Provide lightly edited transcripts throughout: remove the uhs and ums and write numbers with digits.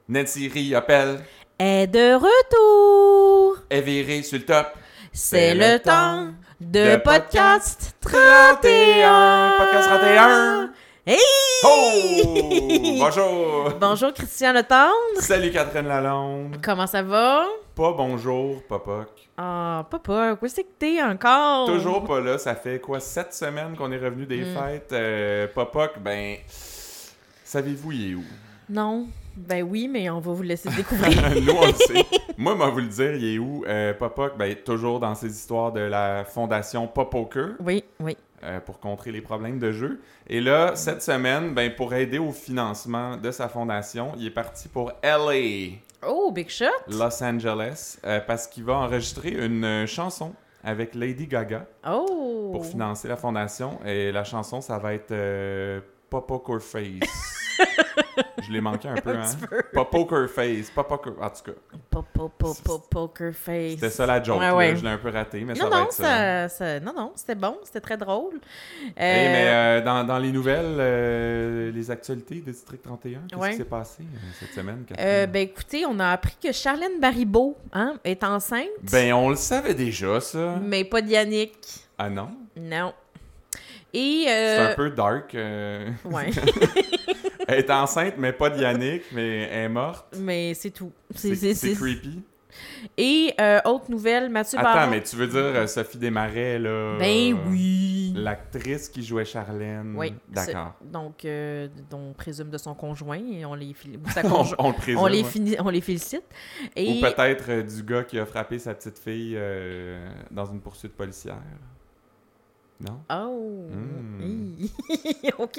Nancy Riopelle Est de retour. est virée sur le top. C'est le temps de podcast 31. Podcast 31. Hey! Oh! Bonjour! Bonjour Christian Letendre. Salut Catherine Lalonde. Comment ça va? Pas bonjour, Popoc. Ah, papa, où c'est que t'es encore? Toujours pas là, ça fait quoi, 7 semaines qu'on est revenu des fêtes. Popoc, ben, savez-vous il est où? Non. Ben oui, mais on va vous laisser découvrir. Nous, on le sait. Moi, moi, vous le dire, il est où? Popoc, ben, toujours dans ces histoires de la fondation Popoker. Oui. Pour contrer les problèmes de jeu. Et là, cette semaine, ben, pour aider au financement de sa fondation, il est parti pour LA, Oh, big shot. Los Angeles, parce qu'il va enregistrer une chanson avec Lady Gaga Oh. pour financer la fondation. Et la chanson, ça va être Poker Face. Je l'ai manqué un peu, hein? Poker Face. Poker... En tout cas. Poker face. C'était ça la joke. Ouais. Là. Je l'ai un peu raté, mais ça va être ça. Non, c'était bon, c'était très drôle. Mais dans les nouvelles, les actualités de District 31, qu'est-ce qui s'est passé cette semaine, Catherine? Ben écoutez, on a appris que Charlène Baribeau est enceinte. Ben, on le savait déjà, ça. Mais pas de Yannick. Ah non? Non. Et C'est un peu dark. Ouais. Elle est enceinte, mais pas de Yannick, mais elle est morte. Mais c'est tout. C'est creepy. Et autre nouvelle, Mathieu Attends, Baron. mais tu veux dire Sophie Desmarais, là? Ben oui. L'actrice qui jouait Charlène. Oui. D'accord. Donc, on présume de son conjoint et on les on le présume. on les félicite. Et... Ou peut-être du gars qui a frappé sa petite fille dans une poursuite policière. Non? Oh! OK.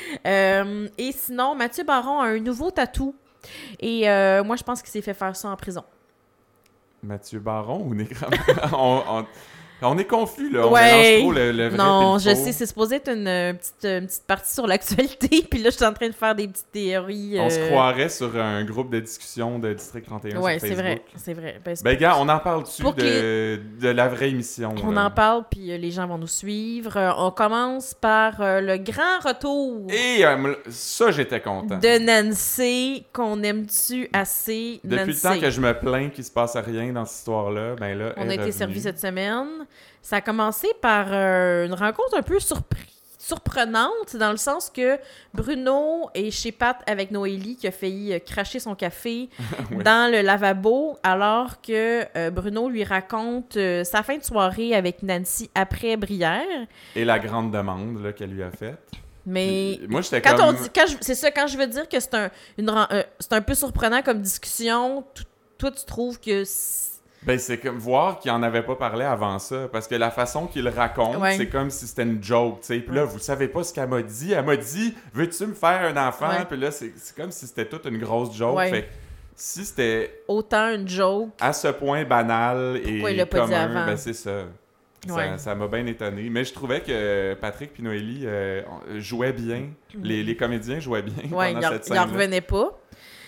Et sinon, Mathieu Baron a un nouveau tatou. Et moi, je pense qu'il s'est fait faire ça en prison. Mathieu Baron ou Nécramant? on est confus, là. On Ouais. mélange trop le vrai Non, et le je faux. sais, c'est supposé être une petite partie sur l'actualité. Puis là, je suis en train de faire des petites théories. On se croirait sur un groupe de discussion de District 31 ouais, sur Facebook. c'est vrai. Ben, gars, on en parle dessus de la vraie émission. On en parle, puis les gens vont nous suivre. On commence par le grand retour Et ça, j'étais content. de Nancy, qu'on aime-tu assez, Depuis Nancy. le temps que je me plains qu'il se passe rien dans cette histoire-là, ben là, On elle a est été revenue. servi cette semaine. Ça a commencé par une rencontre un peu surprenante, dans le sens que Bruno est chez Pat avec Noélie qui a failli cracher son café Oui. dans le lavabo, alors que Bruno lui raconte sa fin de soirée avec Nancy après Brière. Et la grande demande là, qu'elle lui a faite. Mais Puis, moi, j'étais quand comme... on dit, c'est ça, quand je veux dire que c'est c'est un peu surprenant comme discussion, toi tu trouves que Ben, c'est comme voir qu'il en avait pas parlé avant ça. Parce que la façon qu'il le raconte, Ouais. c'est comme si c'était une joke, tu sais. Puis là, vous savez pas ce qu'elle m'a dit. Elle m'a dit, veux-tu me faire un enfant? Ouais. Puis là, c'est comme si c'était toute une grosse joke. Ouais. Fait que si c'était autant une joke. à ce point banal Pourquoi et il l'a pas dit commun, avant? ben c'est ça. Ouais. Ça m'a bien étonné. Mais je trouvais que Patrick et Noélie jouaient bien. Les comédiens jouaient bien Ouais, pendant cette il en scène-là. revenait pas.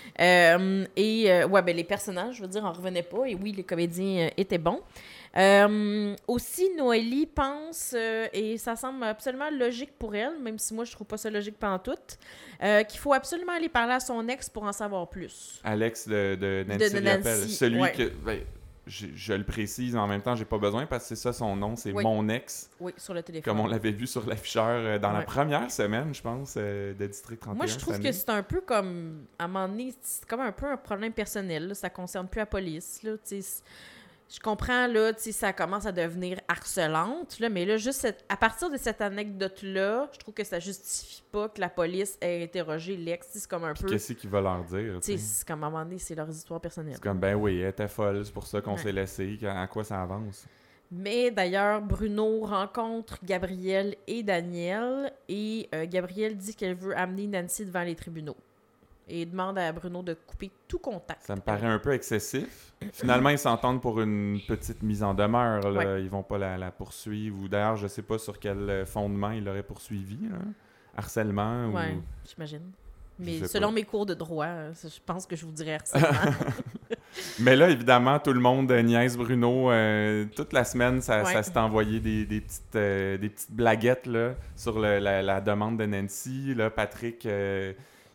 Les personnages, je veux dire, en revenaient pas. Et oui, les comédiens étaient bons. Aussi, Noélie pense, et ça semble absolument logique pour elle, même si moi, je trouve pas ça logique pantoute, qu'il faut absolument aller parler à son ex pour en savoir plus. Alex de Nancy De Riopelle. Nancy, Celui ouais. que... Ben, je le précise, en même temps, j'ai pas besoin parce que c'est ça son nom, c'est Oui. mon ex, Oui, sur le téléphone. comme on l'avait vu sur l'afficheur dans la Ouais. première semaine, je pense, de District 31. Moi, je trouve cette que année. c'est un peu comme, à un moment donné, c'est comme un peu un problème personnel. Là. Ça concerne plus la police. Là, je comprends, là, ça commence à devenir harcelante, là, mais là, juste à partir de cette anecdote-là, je trouve que ça justifie pas que la police ait interrogé l'ex. C'est comme un Puis peu... qu'est-ce qu'il va leur dire? tu sais? C'est comme à un moment donné, c'est leurs histoires personnelles. C'est comme, ben oui, elle était folle, c'est pour ça qu'on Ouais. s'est laissé, à quoi ça avance? Mais d'ailleurs, Bruno rencontre Gabrielle et Daniel, et Gabrielle dit qu'elle veut amener Nancy devant les tribunaux. Et demande à Bruno de couper tout contact. Ça me paraît un peu excessif. Finalement, ils s'entendent pour une petite mise en demeure. Là. Ouais. Ils vont pas la poursuivre. Ou d'ailleurs, je sais pas sur quel fondement ils l'auraient poursuivi. Là. Harcèlement Ouais, ou... j'imagine. Je Mais sais selon pas. mes cours de droit, je pense que je vous dirais harcèlement. Mais là, évidemment, tout le monde niaise Bruno. Toute la semaine, ça Ouais. s'est envoyé des petites blaguettes là, sur la demande de Nancy. Là, Patrick,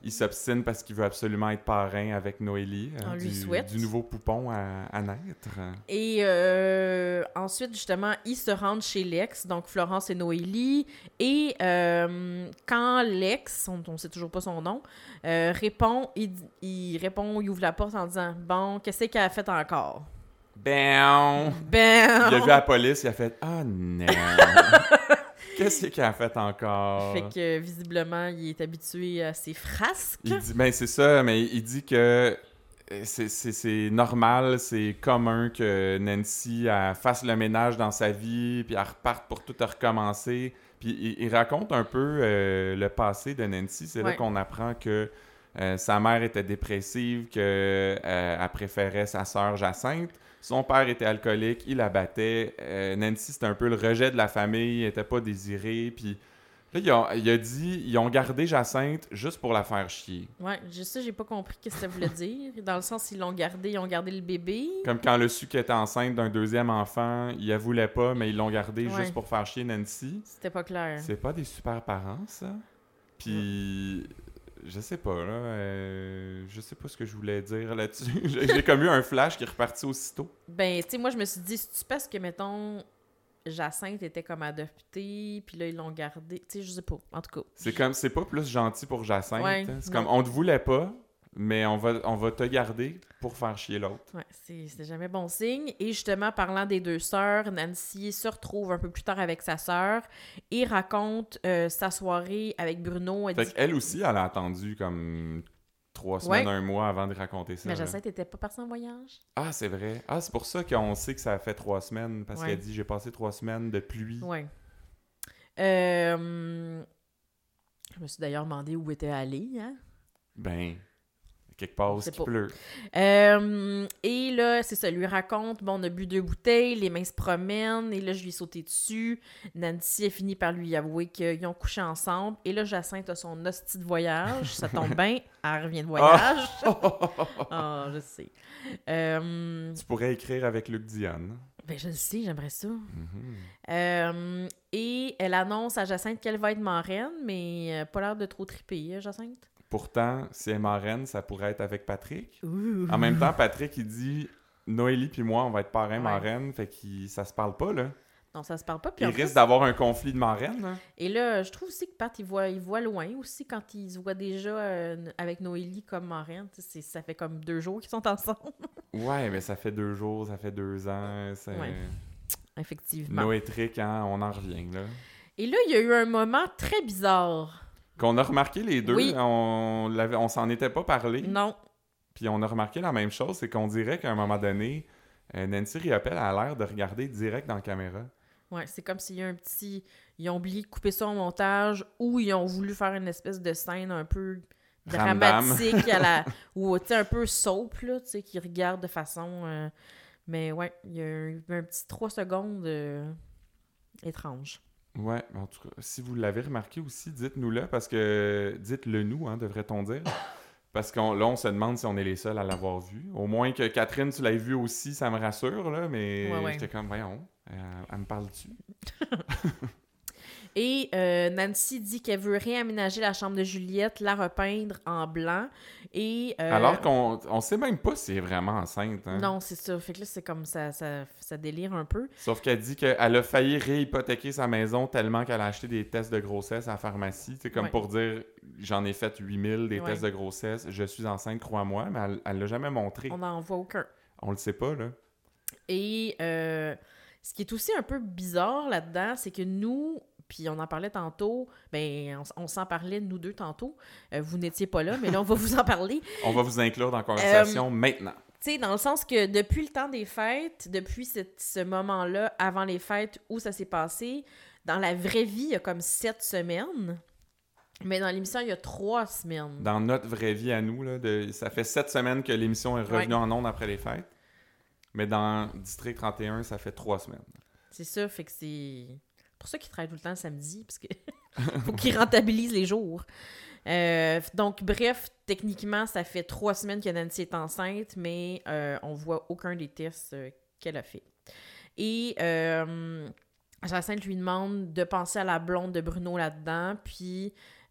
il s'obstine parce qu'il veut absolument être parrain avec Noélie. On lui souhaite. Du nouveau poupon à naître. Et ensuite, justement, ils se rendent chez Lex, donc Florence et Noélie. Et quand Lex, on ne sait toujours pas son nom, répond, il ouvre la porte en disant « Bon, qu'est-ce qu'elle a fait encore? » Bam! Bam! Il a vu la police, il a fait « Ah non! » Qu'est-ce qu'il a fait encore? Fait que, visiblement, il est habitué à ses frasques. Il dit, ben c'est ça, mais il dit que c'est normal, c'est commun que Nancy elle fasse le ménage dans sa vie, puis elle reparte pour tout recommencer. Puis il raconte un peu le passé de Nancy. C'est là qu'on apprend que sa mère était dépressive, qu'elle préférait sa sœur Jacinthe. Son père était alcoolique, il la battait. Nancy, c'était un peu le rejet de la famille, elle n'était pas désirée. Puis là, il a dit ils ont gardé Jacinthe juste pour la faire chier. Ouais, ça, j'ai pas compris ce que ça voulait dire. Dans le sens, ils ont gardé le bébé. Comme quand le su qu'elle était enceinte d'un deuxième enfant, il la voulait pas, mais ils l'ont gardé juste pour faire chier Nancy. C'était pas clair. C'est pas des super parents, ça. Puis... Je sais pas, là. Je sais pas ce que je voulais dire là-dessus. J'ai comme eu un flash qui est reparti aussitôt. Ben, tu sais, moi, je me suis dit, c'est-tu parce que, mettons, Jacinthe était comme adoptée, puis là, ils l'ont gardée. Tu sais, je sais pas. En tout cas. C'est pas plus gentil pour Jacinthe. Ouais, c'est comme, on te voulait pas, mais on va te garder pour faire chier l'autre. Ouais, c'est jamais bon signe. Et justement, parlant des deux sœurs, Nancy se retrouve un peu plus tard avec sa sœur et raconte sa soirée avec Bruno. Fait qu'elle aussi, elle a attendu comme 3 semaines, un mois avant de raconter ça. Mais Jacinthe n'était pas partie en voyage. Ah, c'est vrai. Ah, c'est pour ça qu'on sait que ça a fait 3 semaines, parce qu'elle dit « J'ai passé 3 semaines de pluie. » Ouais. Je me suis d'ailleurs demandé où était allée, hein? Ben... quelque part où il pleut. Et là, c'est ça, lui raconte, bon, on a bu 2 bouteilles, les mains se promènent, et là, je lui ai sauté dessus. Nancy a fini par lui avouer qu'ils ont couché ensemble. Et là, Jacinthe a son hostie de voyage. Ça tombe bien, elle revient de voyage. Ah, je sais. Tu pourrais écrire avec Luc Diane. Ben, je le sais, j'aimerais ça. Et elle annonce à Jacinthe qu'elle va être marraine, mais pas l'air de trop triper, Jacinthe. Pourtant, si elle est marraine, ça pourrait être avec Patrick. Ouh. En même temps, Patrick, il dit « Noélie puis moi, on va être parrain-marraine. » Fait que ça se parle pas, là. Non, ça se parle pas. Puis il risque d'avoir un conflit de marraine. Hein? Et là, je trouve aussi que Pat, il voit loin aussi quand il se voit déjà avec Noélie comme marraine. Ça fait comme 2 jours qu'ils sont ensemble. Ouais, mais ça fait 2 jours, ça fait 2 ans. Ouais. Effectivement. Noétrique, hein, on en revient, là. Et là, il y a eu un moment très bizarre. Qu'on a remarqué les deux, oui. on s'en était pas parlé. Non. Puis on a remarqué la même chose, c'est qu'on dirait qu'à un moment donné, Nancy Riopelle a l'air de regarder direct dans la caméra. Ouais, c'est comme s'il y a un petit... Ils ont oublié de couper ça au montage ou ils ont voulu faire une espèce de scène un peu dramatique ou un peu soap, là, tu sais, qui regarde de façon... Mais ouais, il y a eu un petit 3 secondes étrange. Ouais, en tout cas, si vous l'avez remarqué aussi, dites-nous-le, parce que... Dites-le nous, hein, devrait-on dire. Parce que là, on se demande si on est les seuls à l'avoir vu. Au moins que Catherine, tu l'aies vu aussi, ça me rassure, là, mais j'étais comme, voyons, elle me parle-tu? Et Nancy dit qu'elle veut réaménager la chambre de Juliette, la repeindre en blanc. Et, alors qu'on sait même pas si elle est vraiment enceinte. Hein? Non, c'est ça. Fait que là, c'est comme ça délire un peu. Sauf qu'elle dit qu'elle a failli réhypothéquer sa maison tellement qu'elle a acheté des tests de grossesse à la pharmacie. C'est comme pour dire, j'en ai fait 8000 des tests de grossesse, je suis enceinte, crois-moi, mais elle l'a jamais montré. On n'en voit aucun. On le sait pas, là. Et ce qui est aussi un peu bizarre là-dedans, c'est que nous... Puis on en parlait tantôt, ben on s'en parlait nous deux tantôt. Vous n'étiez pas là, mais là on va vous en parler. On va vous inclure dans la conversation maintenant. Tu sais, dans le sens que depuis le temps des fêtes, depuis ce moment-là, avant les fêtes où ça s'est passé, dans la vraie vie, il y a comme 7 semaines. Mais dans l'émission, il y a 3 semaines. Dans notre vraie vie à nous, là, ça fait 7 semaines que l'émission est revenue en ondes après les fêtes. Mais dans District 31, ça fait 3 semaines. C'est ça, fait que c'est... pour ça qu'ils travaillent tout le temps le samedi, parce que faut qu'ils rentabilisent les jours. Donc, bref, techniquement, ça fait 3 semaines que Nancy est enceinte, mais on voit aucun des tests qu'elle a fait. Et Jacinthe lui demande de penser à la blonde de Bruno là-dedans, puis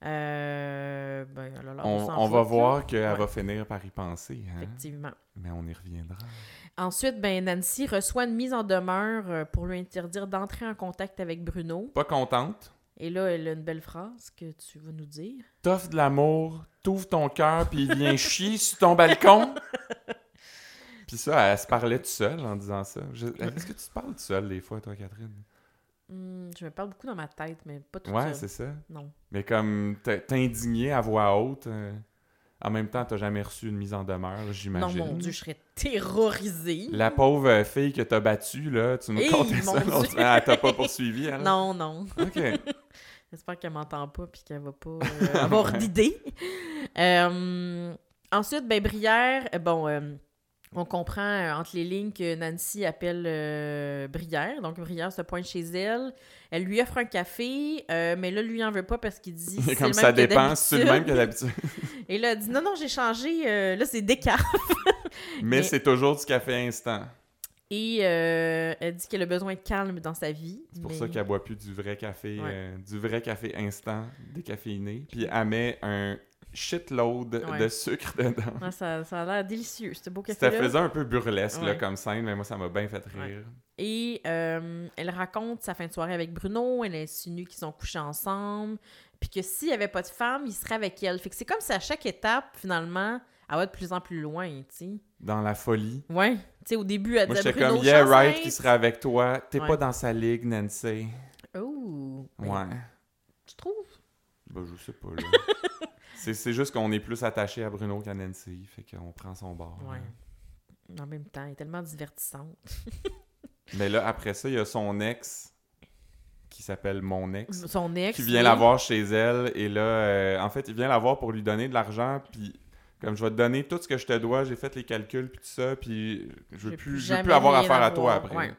Elle a l'air de s'en On va foutre, voir là. qu'elle Ouais. va finir par y penser. Hein? Effectivement. Mais on y reviendra. Ensuite, Nancy reçoit une mise en demeure pour lui interdire d'entrer en contact avec Bruno. Pas contente? Et là, elle a une belle phrase que tu vas nous dire. T'offres de l'amour, t'ouvres ton cœur, puis il vient chier sur ton balcon. Puis ça, elle se parlait toute seule en disant ça. Est-ce que tu te parles toute seule des fois, toi, Catherine? Je me parle beaucoup dans ma tête, mais pas tout Ouais, seul. c'est ça. Non. Mais comme t'indignée à voix haute, en même temps, t'as jamais reçu une mise en demeure, j'imagine. Non, mon Dieu, je serais terrorisée. La pauvre fille que t'as battue, là, tu nous Hey, contais mon ça. Dieu. Elle t'a pas poursuivi, elle? Non. OK. J'espère qu'elle m'entend pas puis qu'elle va pas avoir d'idées. Ensuite, Brière, on comprend entre les lignes que Nancy appelle Brière. Donc, Brière se pointe chez elle. Elle lui offre un café, mais là, lui, il en veut pas parce qu'il dit c'est Comme le ça même que dépend, c'est le même que d'habitude. Et là, elle dit non, j'ai changé. Là, c'est décaf. Mais c'est toujours du café instant. Et elle dit qu'elle a besoin de calme dans sa vie. C'est pour ça qu'elle boit plus du vrai café instant, décaféiné. Puis elle met un shitload de sucre dedans. Ouais, ça a l'air délicieux, ce beau café. Ça faisait un peu burlesque là, comme scène, mais moi, ça m'a bien fait rire. Ouais. Et elle raconte sa fin de soirée avec Bruno. Elle insinue qu'ils sont couchés ensemble. Puis que s'il n'y avait pas de femme, il serait avec elle. Fait que c'est comme si à chaque étape, finalement, elle va de plus en plus loin, tu sais. Dans la folie. Ouais. Tu sais, au début, elle moi, disait j'étais Bruno, comme, yeah, right, enceinte. qui serait avec toi. T'es pas dans sa ligue, Nancy. Oh. Ouais. Tu trouves? Ben, je sais pas, là. c'est juste qu'on est plus attaché à Bruno qu'à Nancy. Fait qu'on prend son bord. Ouais. En même temps, elle est tellement divertissante. Mais là, après ça, il y a son ex qui s'appelle Mon Ex. Son ex. Qui vient la voir chez elle. Et là, en fait, il vient la voir pour lui donner de l'argent. Puis, comme je vais te donner tout ce que je te dois, j'ai fait les calculs, puis tout ça. Puis, je veux plus avoir affaire à toi après. Ouais.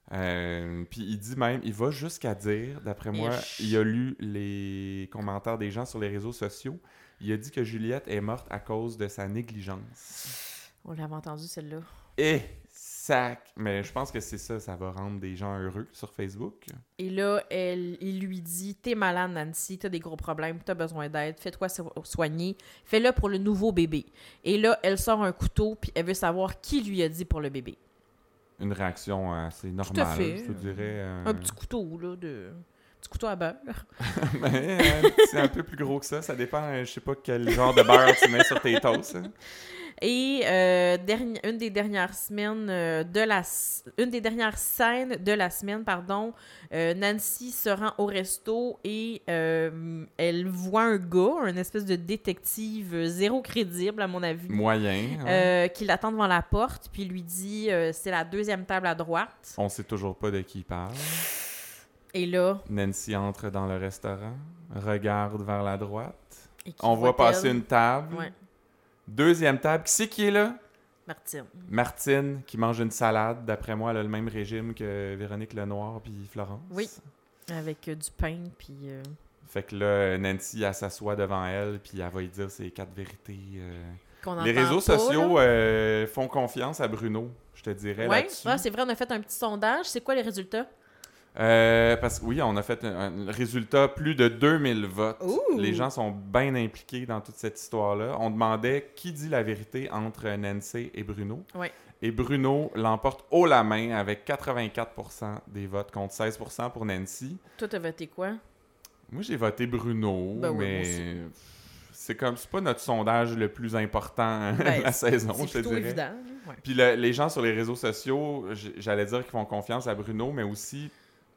Puis il dit même, il va jusqu'à dire, d'après moi, il a lu les commentaires des gens sur les réseaux sociaux. Il a dit que Juliette est morte à cause de sa négligence. On l'avait entendu, celle-là. Et sac! Mais je pense que c'est ça, ça va rendre des gens heureux sur Facebook. Et là, il lui dit, t'es malade, Nancy, t'as des gros problèmes, t'as besoin d'aide, fais-toi soigner, fais-le pour le nouveau bébé. Et là, elle sort un couteau, puis elle veut savoir qui lui a dit pour le bébé. Une réaction assez normale, tout à fait. je te dirais. Un petit couteau, là, petit couteau à beurre. C'est un peu plus gros que ça. Ça dépend, je sais pas quel genre de beurre tu mets sur tes toasts. Hein. Et une des dernières semaines une des dernières scènes de la semaine, Nancy se rend au resto et elle voit un gars, une espèce de détective zéro crédible à mon avis. Moyen. Ouais. Qui l'attend devant la porte puis lui dit c'est la deuxième table à droite. On sait toujours pas de qui il parle. Et là, Nancy entre dans le restaurant, regarde vers la droite. On voit passer une table. Ouais. Deuxième table. Qui c'est qui est là? Martine. Martine, qui mange une salade. D'après moi, elle a le même régime que Véronique Lenoir puis Florence. Oui. Avec du pain, puis... Fait que là, Nancy, elle s'assoit devant elle, puis elle va lui dire ses 4 vérités. Les réseaux sociaux font confiance à Bruno, je te dirais, là-dessus. Oui, c'est vrai, on a fait un petit sondage. C'est quoi les résultats? Parce que oui, on a fait un résultat, plus de 2000 votes. Ouh! Les gens sont bien impliqués dans toute cette histoire-là. On demandait qui dit la vérité entre Nancy et Bruno. Oui. Et Bruno l'emporte haut la main avec 84% des votes contre 16% pour Nancy. Toi, t'as voté quoi? Moi, j'ai voté Bruno, ben oui, mais c'est pas notre sondage le plus important de la saison, je te dirais. C'est évident. Ouais. Puis les gens sur les réseaux sociaux, j'allais dire qu'ils font confiance à Bruno, mais aussi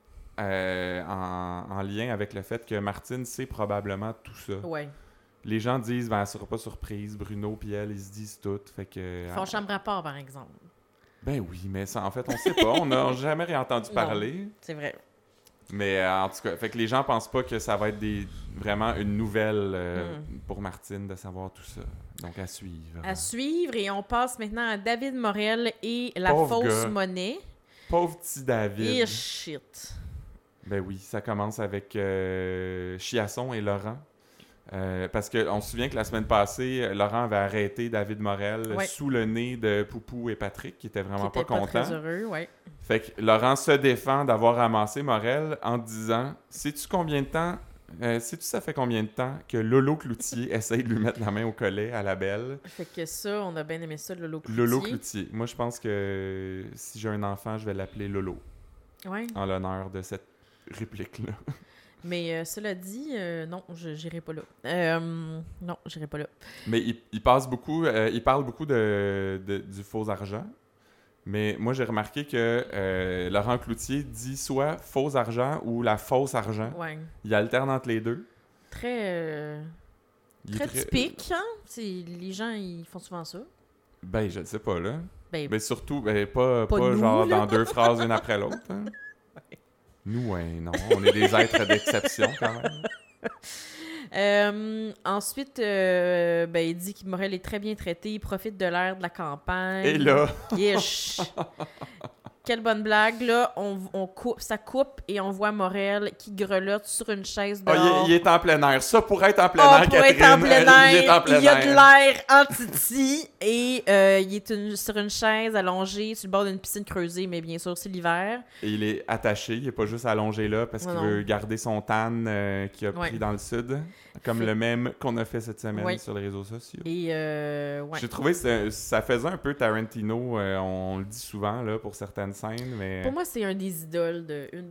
en lien avec le fait que Martine sait probablement tout ça. Ouais. Les gens disent, elle sera pas surprise, Bruno puis elle, ils se disent tout. Fait que, ils font chambre à part, par exemple. Ben oui, mais ça, en fait, on sait pas. On n'a jamais rien entendu parler. C'est vrai. Mais en tout cas, fait que les gens pensent pas que ça va être vraiment une nouvelle pour Martine de savoir tout ça. Donc, à suivre. À suivre, et on passe maintenant à David Morel et la fausse monnaie. Pauvre petit David. Et shit. Ben oui, ça commence avec Chiasson et Laurent. Parce qu'on se souvient que la semaine passée, Laurent avait arrêté David Morel sous le nez de Poupou et Patrick, qui étaient vraiment pas contents. Très heureux, ouais. Fait que Laurent se défend d'avoir ramassé Morel en disant « Sais-tu combien de temps sais-tu ça fait combien de temps que Lolo Cloutier essaye de lui mettre la main au collet à la belle? Fait que ça, on a bien aimé ça, Lolo Cloutier. Lolo Cloutier. Moi, je pense que si j'ai un enfant, je vais l'appeler Lolo. Ouais. En l'honneur de cette réplique-là. Mais cela dit, non, j'irai pas là. Non, j'irai pas là. Mais il parle beaucoup du faux argent. Mais moi, j'ai remarqué que Laurent Cloutier dit soit faux argent ou la fausse argent. Ouais. Il alterne entre les deux. Très typique, hein? Les gens, ils font souvent ça. Ben, je ne sais pas, là. Ben, surtout, pas nous, genre là. dans 2 phrases une après l'autre. Hein. Nous, non. On est des êtres d'exception, quand même. Ensuite, il dit que Morel est très bien traité, il profite de l'air de la campagne. Et là... Yesh. Quelle bonne blague, là. Ça coupe et on voit Morel qui grelotte sur une chaise dehors. Il est en plein air. Ça pourrait être en plein air, pour être Catherine. en plein air, Il est en plein il y a air. de l'air en titi et il est sur une chaise allongée sur le bord d'une piscine creusée, mais bien sûr, c'est l'hiver. Et il est attaché. Il n'est pas juste allongé là parce qu'il veut garder son tan qu'il a pris dans le sud. Comme le même qu'on a fait cette semaine sur les réseaux sociaux. Et j'ai trouvé que ça faisait un peu Tarantino. On le dit souvent là, pour certaines scènes. Mais... Pour moi, c'est une des idoles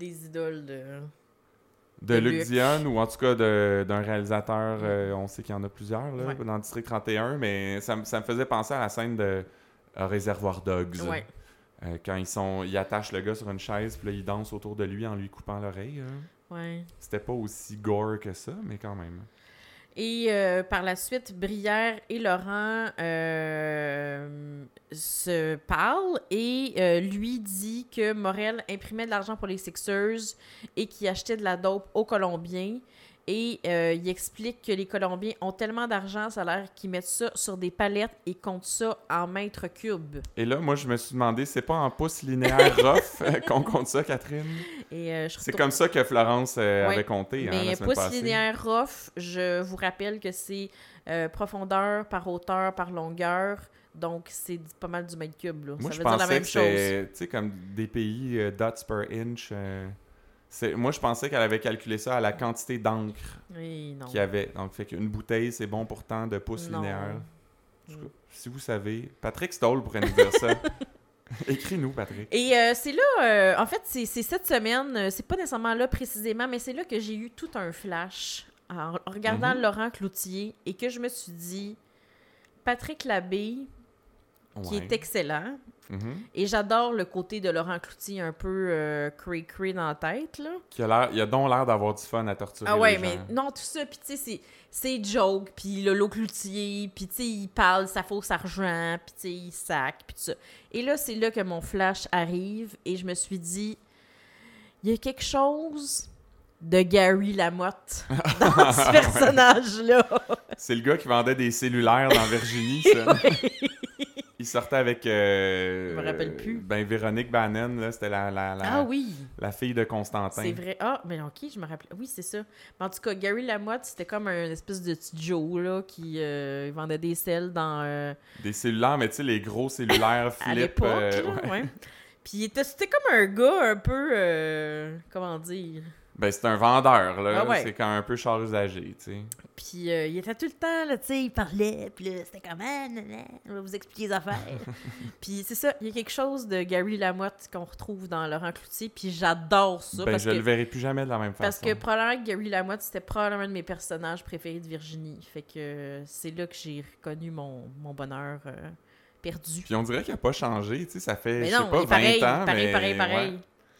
de Luc Dion, ou en tout cas d'un réalisateur, on sait qu'il y en a plusieurs là, dans District 31, mais ça me faisait penser à la scène de Réservoir Dogs. Ouais. Quand ils attachent le gars sur une chaise, puis là, ils dansent autour de lui en lui coupant l'oreille. Ouais. C'était pas aussi gore que ça, mais quand même. Et par la suite, Brière et Laurent se parlent et lui dit que Morel imprimait de l'argent pour les Sixers et qu'il achetait de la dope aux Colombiens. Et il explique que les Colombiens ont tellement d'argent, ça a l'air qu'ils mettent ça sur des palettes et comptent ça en mètres cubes. Et là, moi, je me suis demandé, c'est pas en pouces linéaires rough qu'on compte ça, Catherine? Et, c'est comme ça que Florence avait compté la semaine pouces passée. linéaires rough, je vous rappelle que c'est profondeur par hauteur par longueur. Donc, c'est pas mal du mètre cube. Là. Moi, ça je veut dire la pensais même que chose. c'est, tu sais, comme des pays dots per inch. Moi, je pensais qu'elle avait calculé ça à la quantité d'encre qu'il y avait. Donc, fait qu'une bouteille, c'est bon pour tant de pouces linéaires. Si vous savez, Patrick Stoll pourrait nous dire ça. Écris-nous, Patrick. Et c'est là, en fait, c'est cette semaine, c'est pas nécessairement là précisément, mais c'est là que j'ai eu tout un flash en regardant Laurent Cloutier et que je me suis dit, Patrick Labbé, qui est excellent, et j'adore le côté de Laurent Cloutier un peu cray-cray dans la tête, là. Il a donc l'air d'avoir du fun à torturer les gens. Mais non, tout ça, puis tu sais, c'est joke, puis Lolo Cloutier, puis tu sais, il parle sa fausse argent, puis tu sais, il sac, puis tout ça. Et là, c'est là que mon flash arrive, et je me suis dit, il y a quelque chose de Gary Lamotte dans ce personnage-là. C'est le gars qui vendait des cellulaires dans Virginie, ça. Il sortait avec je me rappelle plus. Véronique Bannon, là, c'était la fille de Constantin. C'est vrai. Ah, mais ok, je me rappelle. Oui, c'est ça. Mais en tout cas, Gary Lamotte, c'était comme un espèce de petit Joe là, qui vendait des selles dans... Des cellulaires, mais tu sais, les gros cellulaires Philippe. À l'époque, ouais. Puis c'était comme un gars un peu... comment dire... Ben, c'est un vendeur, là. Ah ouais. C'est quand même un peu char usagé, tu sais. Puis il était tout le temps, là, tu sais, il parlait, puis là, c'était comme, on va vous expliquer les affaires. Puis c'est ça, il y a quelque chose de Gary Lamotte qu'on retrouve dans Laurent Cloutier, puis j'adore ça. Ben, je le verrai plus jamais de la même façon. Parce que probablement que Gary Lamotte, c'était probablement un de mes personnages préférés de Virginie. Fait que c'est là que j'ai reconnu mon bonheur perdu. Puis on dirait qu'il n'a pas changé, tu sais, ça fait, mais je sais pas, 20 ans, pareil. Ouais.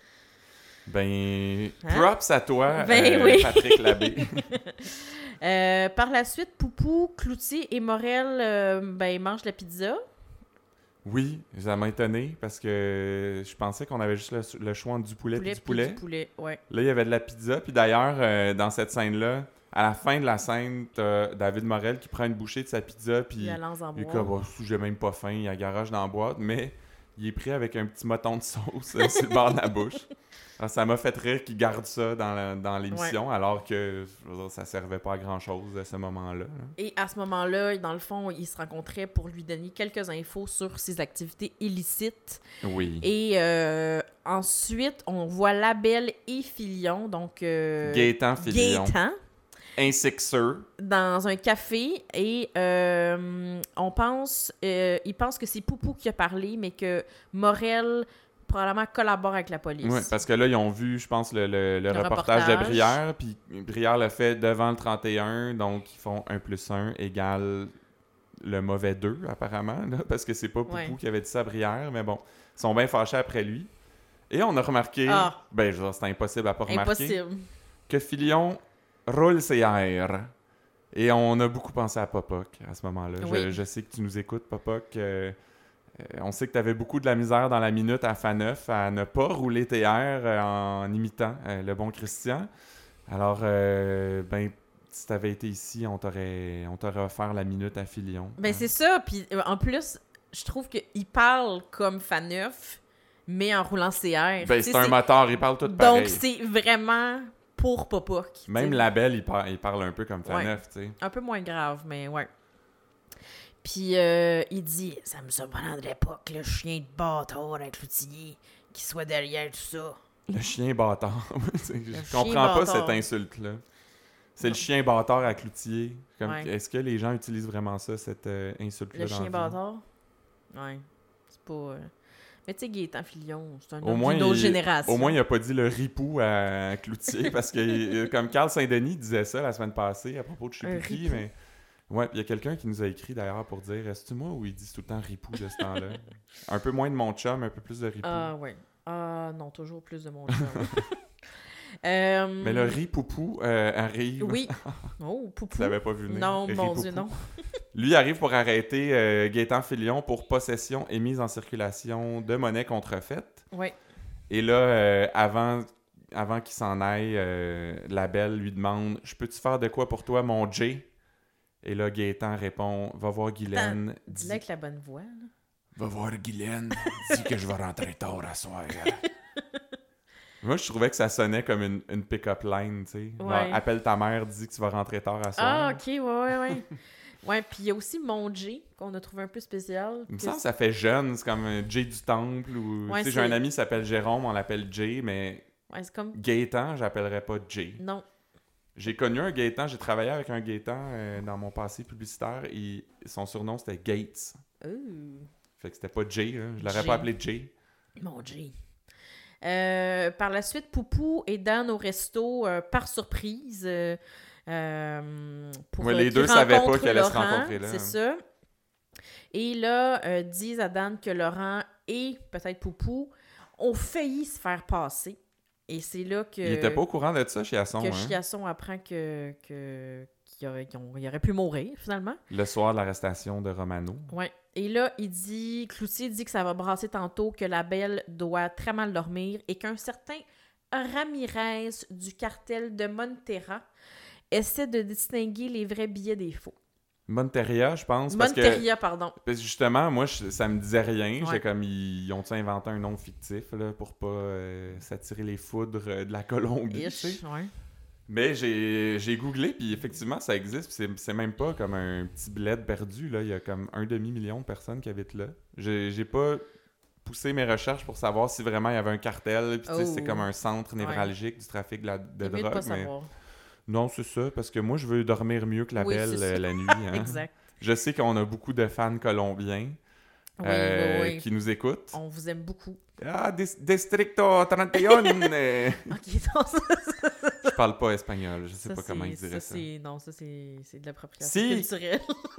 Ben, props à toi, oui. Patrick Labbé. Par la suite, Poupou, Cloutier et Morel mangent la pizza. Oui, ça m'a étonné parce que je pensais qu'on avait juste le choix entre du poulet et du poulet. Du poulet, ouais. Là, il y avait de la pizza. Puis d'ailleurs, dans cette scène-là, à la fin de la scène, t'as David Morel qui prend une bouchée de sa pizza. Puis il est comme, j'ai même pas faim, il y a garage dans la boîte. Mais il est pris avec un petit moton de sauce sur le bord de la bouche. Alors, ça m'a fait rire qu'il garde ça dans l'émission, alors que ça servait pas à grand-chose à ce moment-là. Et à ce moment-là, dans le fond, ils se rencontraient pour lui donner quelques infos sur ses activités illicites. Oui. Et ensuite, on voit Labelle et Filion, donc... Gaétan Filion. ainsi que sûr. Dans un café et il pense que c'est Poupou qui a parlé, mais que Morel probablement collabore avec la police. Oui, parce que là, ils ont vu, je pense, le reportage de Brière, puis Brière le fait devant le 31, donc ils font 1 + 1 égale le mauvais 2, apparemment, là, parce que c'est pas Poupou qui avait dit ça à Brière, mais bon, ils sont bien fâchés après lui. Et on a remarqué, je veux dire, c'est impossible à pas remarquer, que Filion roule ses airs. Et on a beaucoup pensé à Popoc à ce moment-là. Oui. Je sais que tu nous écoutes, Popoc. On sait que tu avais beaucoup de la misère dans la minute à Faneuf à ne pas rouler tes airs en imitant le bon Christian. Alors, si tu avais été ici, on t'aurait offert la minute à Filion. Ben c'est ça. Puis en plus, je trouve qu'il parle comme Faneuf, mais en roulant ses airs. Ben, c'est un moteur, il parle tout pareil. Donc, c'est vraiment pour Popoc. Même Labelle, il parle un peu comme Faneuf, tu sais. Un peu moins grave, mais ouais. Puis il dit « Ça me surprendrait pas que le chien de bâtard avec l'outiller qui soit derrière tout ça. » Le chien bâtard. Je comprends pas cette insulte-là. C'est le chien bâtard à cloutier. Est-ce que les gens utilisent vraiment ça, cette insulte-là? Le chien bâtard? Ouais. C'est pas... Mais tu sais, Gaétan Filion, c'est un homme d'une autre génération. Au moins, il a pas dit le ripou à Cloutier, parce que, comme Carl Saint-Denis disait ça la semaine passée à propos de chez Pipi, mais... Ouais, il y a quelqu'un qui nous a écrit d'ailleurs pour dire « Est-ce moi ou ils disent tout le temps ripou de ce temps-là? » Un peu moins de mon chum, un peu plus de ripou. Ah, ouais. Ah, non, toujours plus de mon chum. Mais le ripoupou arrive. Oui. Oh, Poupou. Tu l'avais pas vu venir. Non, mon Dieu, non. Lui arrive pour arrêter Gaétan Filion pour possession et mise en circulation de monnaie contrefaite. Oui. Et là, avant qu'il s'en aille, la belle lui demande « Je peux-tu faire de quoi pour toi, mon Jay? » Et là, Gaétan répond « Va voir Guylaine. » Dis-le avec la bonne voix. Là. « Va voir Guylaine. Dis que je vais rentrer tard à soir. » Moi, je trouvais que ça sonnait comme une pick-up line, tu sais. Ouais. Appelle ta mère, dis que tu vas rentrer tard à soir. Ah, OK, ouais. Ouais, puis il y a aussi mon Jay, qu'on a trouvé un peu spécial. Il me semble que ça fait jeune, c'est comme un Jay du Temple. Ou... Ouais, j'ai un ami qui s'appelle Jérôme, on l'appelle Jay, mais c'est comme... Gaétan, j'appellerais pas Jay. Non. J'ai connu un Gaétan, j'ai travaillé avec un Gaétan dans mon passé publicitaire, et son surnom c'était Gates. Fait que c'était pas Jay, là. Je l'aurais pas appelé Jay. Mon Jay. Par la suite, Poupou et Dan au resto par surprise. Pour les deux savaient pas qu'elle allait se rencontrer là. C'est ça. Et là, disent à Dan que Laurent et peut-être Poupou ont failli se faire passer. Et c'est là que... Il était pas au courant de ça, Chiasson. Que Chiasson apprend qu'il aurait pu mourir, finalement. Le soir de l'arrestation de Romano. Oui. Et là, Cloutier dit que ça va brasser tantôt, que la belle doit très mal dormir et qu'un certain Ramirez du cartel de Monterra essaie de distinguer les vrais billets des faux. Monteria, je pense. Monteria, pardon. Parce que justement, moi, ça me disait rien. Ouais. J'étais comme, ils ont-ils inventé un nom fictif là, pour pas s'attirer les foudres de la Colombie, tu sais? Ouais. Mais j'ai googlé, puis effectivement, ça existe. C'est même pas comme un petit bled perdu. Là. Il y a comme 1,5 million de personnes qui habitent là. J'ai pas poussé mes recherches pour savoir si vraiment il y avait un cartel. Puis c'est comme un centre névralgique du trafic de drogue. Pas mais... savoir. Non, c'est ça, parce que moi, je veux dormir mieux que la belle la nuit. Hein? Exact. Je sais qu'on a beaucoup de fans colombiens qui nous écoutent. On vous aime beaucoup. Ah, Districto 31! OK, non, ça... Je parle pas espagnol, je sais pas comment ils diraient ça. Non, ça, c'est de l'appropriation culturelle.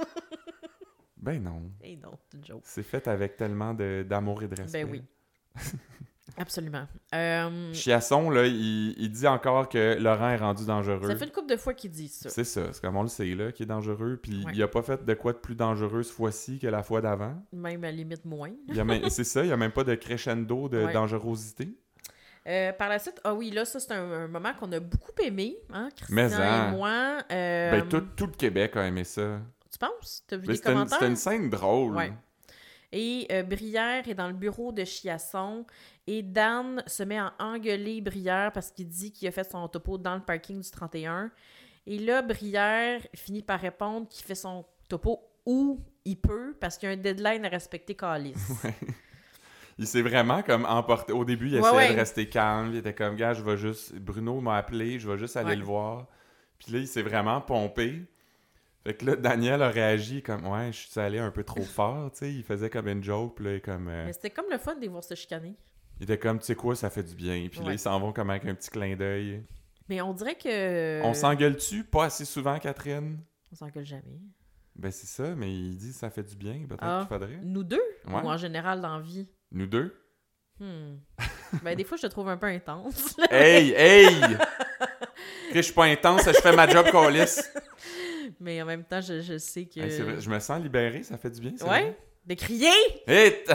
Ben non. Et non, c'est une joke. C'est fait avec tellement d'amour et de respect. Ben oui. Absolument. Chiasson, là, il dit encore que Laurent est rendu dangereux. Ça fait une couple de fois qu'il dit ça. C'est ça, c'est comme on le sait, là, qu'il est dangereux. Puis il a pas fait de quoi de plus dangereux cette fois-ci que la fois d'avant. Même à la limite moins. C'est ça, il n'y a même pas de crescendo de dangerosité. Par la suite, là, ça, c'est un moment qu'on a beaucoup aimé, hein, Christian et moi. Tout le Québec a aimé ça. Tu penses? T'as vu les commentaires? C'était une scène drôle. Ouais. Et Brière est dans le bureau de Chiasson et Dan se met à engueuler Brière parce qu'il dit qu'il a fait son topo dans le parking du 31. Et là, Brière finit par répondre qu'il fait son topo où il peut parce qu'il y a un deadline à respecter calice. Ouais. Il s'est vraiment comme emporté. Au début, il essayait de rester calme. Il était comme, gars, Bruno m'a appelé, je vais juste aller le voir. Puis là, il s'est vraiment pompé. Fait que là, Daniel a réagi comme « Ouais, je suis allé un peu trop fort. » Tu sais, il faisait comme une joke. Puis là, comme... Mais c'était comme le fun de les voir se chicaner. Il était comme « Tu sais quoi, ça fait du bien. » Puis là, ils s'en vont comme avec un petit clin d'œil. Mais on dirait que... On s'engueule-tu? Pas assez souvent, Catherine? On s'engueule jamais. Ben c'est ça, mais il dit ça fait du bien, peut-être qu'il faudrait. Nous deux? Ouais. Ou en général dans la vie? Nous deux? Ben des fois, je te trouve un peu intense. Hey! Je suis pas intense, je fais ma job câlisse. Mais en même temps, je sais que... Hey, c'est vrai, je me sens libéré, ça fait du bien. Ouais? Vrai? De crier! Hey!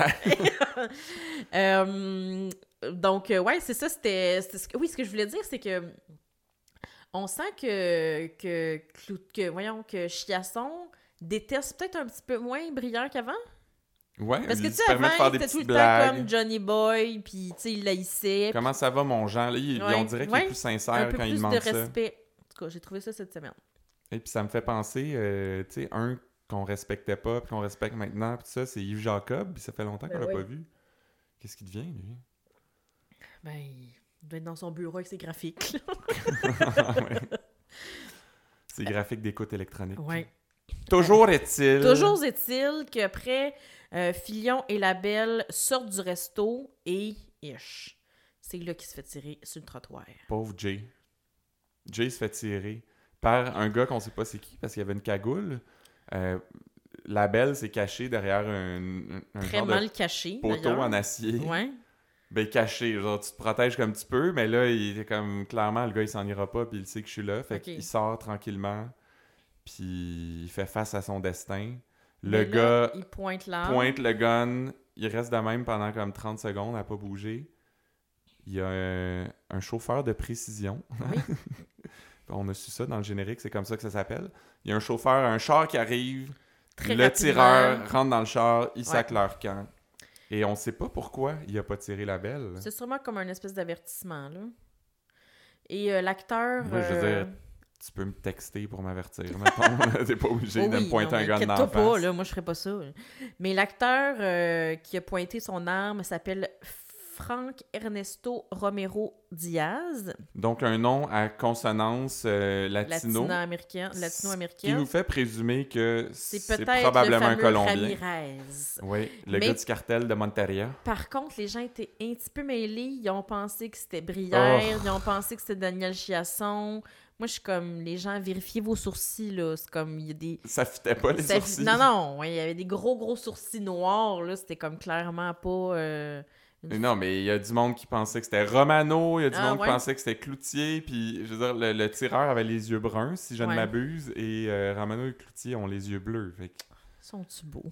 Donc, ouais, c'est ça, c'était... Oui, ce que je voulais dire, c'est que... On sent que Chiasson déteste peut-être un petit peu moins Brière qu'avant. Ouais, parce que il tu se sais, permet avant, de faire il des était tout le petites temps blagues. comme Johnny Boy, puis tu sais, il laissait. Comment ça va, mon Jean? Là, on dirait qu'il est plus sincère quand il demande ça. Un peu plus de respect. En tout cas, j'ai trouvé ça cette semaine. Et puis ça me fait penser, tu sais, un qu'on respectait pas, puis qu'on respecte maintenant, puis tout ça, c'est Yves Jacob, puis ça fait longtemps qu'on l'a pas vu. Qu'est-ce qu'il devient, lui? Ben, il doit être dans son bureau avec ses graphiques. Ouais. C'est graphique d'écoute électronique. Ouais. Toujours est-il qu'après, Fillon et la Belle sortent du resto et c'est là qu'il se fait tirer sur le trottoir. Pauvre Jay. Jay se fait tirer par un gars qu'on sait pas c'est qui, parce qu'il y avait une cagoule. La Belle s'est cachée derrière un très genre mal de caché, poteau d'ailleurs. en acier. Ouais. Ben caché, genre tu te protèges comme tu peux, mais là, il était comme, clairement, le gars, il s'en ira pas, puis il sait que je suis là. Fait qu'il sort tranquillement, puis il fait face à son destin. Le gars il pointe le gun, il reste de même pendant comme 30 secondes à pas bouger. Il y a un chauffeur de précision. Oui. On a su ça dans le générique, c'est comme ça que ça s'appelle. Il y a un chauffeur, un char qui arrive, très le rapidement. tireur rentre dans le char, il sac leur camp. Et on sait pas pourquoi il a pas tiré la Belle. C'est sûrement comme un espèce d'avertissement, là. Et l'acteur... Moi, je veux dire, tu peux me texter pour m'avertir, mettons. T'es pas obligé de me pointer un gun dans la face. Pas, là, moi je ferais pas ça. Mais l'acteur qui a pointé son arme s'appelle Frank Ernesto Romero Diaz. Donc un nom à consonance latino-américaine. Qui nous fait présumer que c'est peut-être probablement un le fameux Colombien. Ramirez. Oui, le gars du cartel de Monteria. Par contre, les gens étaient un petit peu mêlés. Ils ont pensé que c'était Brière, ils ont pensé que c'était Daniel Chiasson. Moi, je suis comme, les gens, vérifiez vos sourcils, là. C'est comme, il y a des... Ça fitait pas, les sourcils. Non, il y avait des gros sourcils noirs, là. C'était comme clairement pas... Non, mais il y a du monde qui pensait que c'était Romano, il y a du monde qui ouais? pensait que c'était Cloutier, puis je veux dire, le tireur avait les yeux bruns, si je ne m'abuse, et Romano et Cloutier ont les yeux bleus. Fait que... Sont-tu beaux?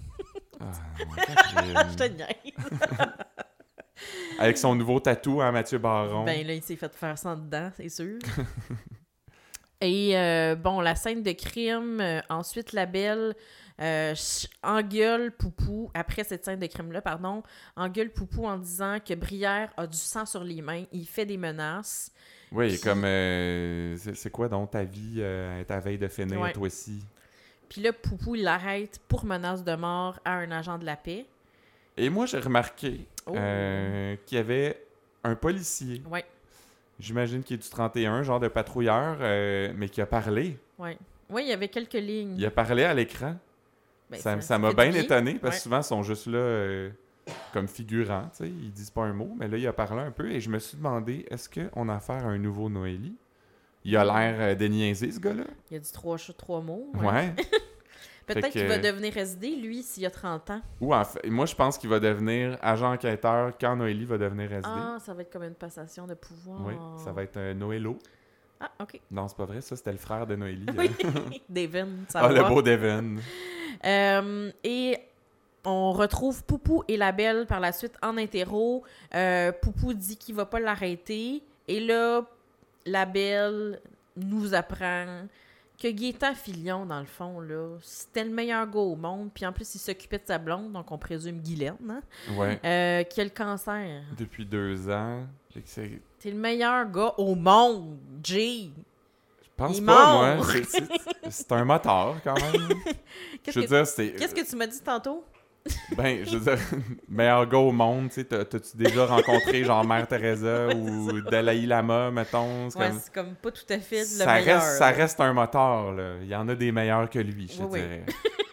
Je te niaise. Avec son nouveau tatou, hein, Mathieu Baron. Ben là, il s'est fait faire ça en dedans, c'est sûr. Et bon, la scène de crime, ensuite la Belle engueule Poupou, après cette scène de crime-là, engueule Poupou en disant que Brière a du sang sur les mains, il fait des menaces. Oui, puis... comme, c'est quoi donc ta vie, ta veille de finir, toi aussi? Puis là, Poupou, il l'arrête pour menace de mort à un agent de la paix. Et moi, j'ai remarqué qu'il y avait un policier. Ouais. J'imagine qu'il est du 31, genre de patrouilleur, mais qui a parlé. Oui, il y avait quelques lignes. Il a parlé à l'écran. Ben, ça m'a bien étonné, parce que souvent, ils sont juste là comme figurants, tu sais, ils disent pas un mot, mais là, il a parlé un peu, et je me suis demandé, est-ce qu'on a affaire à un nouveau Noélie? Il a l'air déniaisé, ce gars-là. Il a dit trois mots. Ouais. Peut-être qu'il va devenir SD, lui, s'il a 30 ans. Ou en fait, moi, je pense qu'il va devenir agent enquêteur quand Noélie va devenir SD. Ah, ça va être comme une passation de pouvoir. Oui, ça va être Noélo. Ah, OK. Non, c'est pas vrai, ça, c'était le frère de Noélie. Oui, Devin, ça va. Ah, le beau Devin. Et on retrouve Poupou et la Belle par la suite en interro. Poupou dit qu'il va pas l'arrêter. Et là, la Belle nous apprend que Gaétan Filion, dans le fond, là, c'était le meilleur gars au monde. Puis en plus, il s'occupait de sa blonde, donc on présume Guylaine, hein? Ouais. Qui a le cancer. Depuis 2 ans. T'es le meilleur gars au monde, Jay. Je pense pas, moi. C'est un motard, quand même. Qu'est-ce que tu m'as dit tantôt? Ben, je veux dire, meilleur gars au monde, tu sais, t'as-tu déjà rencontré genre Mère Teresa ou Dalai Lama, mettons? Ouais, c'est comme pas tout à fait le ça meilleur. ça reste un moteur, là. Il y en a des meilleurs que lui, je te Oui, dirais.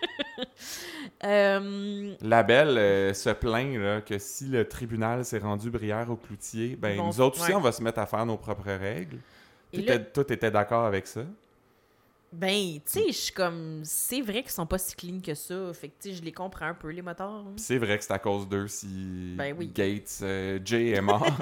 oui. La Belle se plaint là, que si le tribunal s'est rendu Brière au Cloutier, ben Bon, nous autres aussi, ouais. on va se mettre à faire nos propres règles. Et là, Toi, t'étais d'accord avec ça? ben, tu sais, je suis comme... C'est vrai qu'ils sont pas si clean que ça. Fait que, tu sais, je les comprends un peu, les motards. Puis c'est vrai que c'est à cause d'eux si Ben oui. Gates, Jay est mort.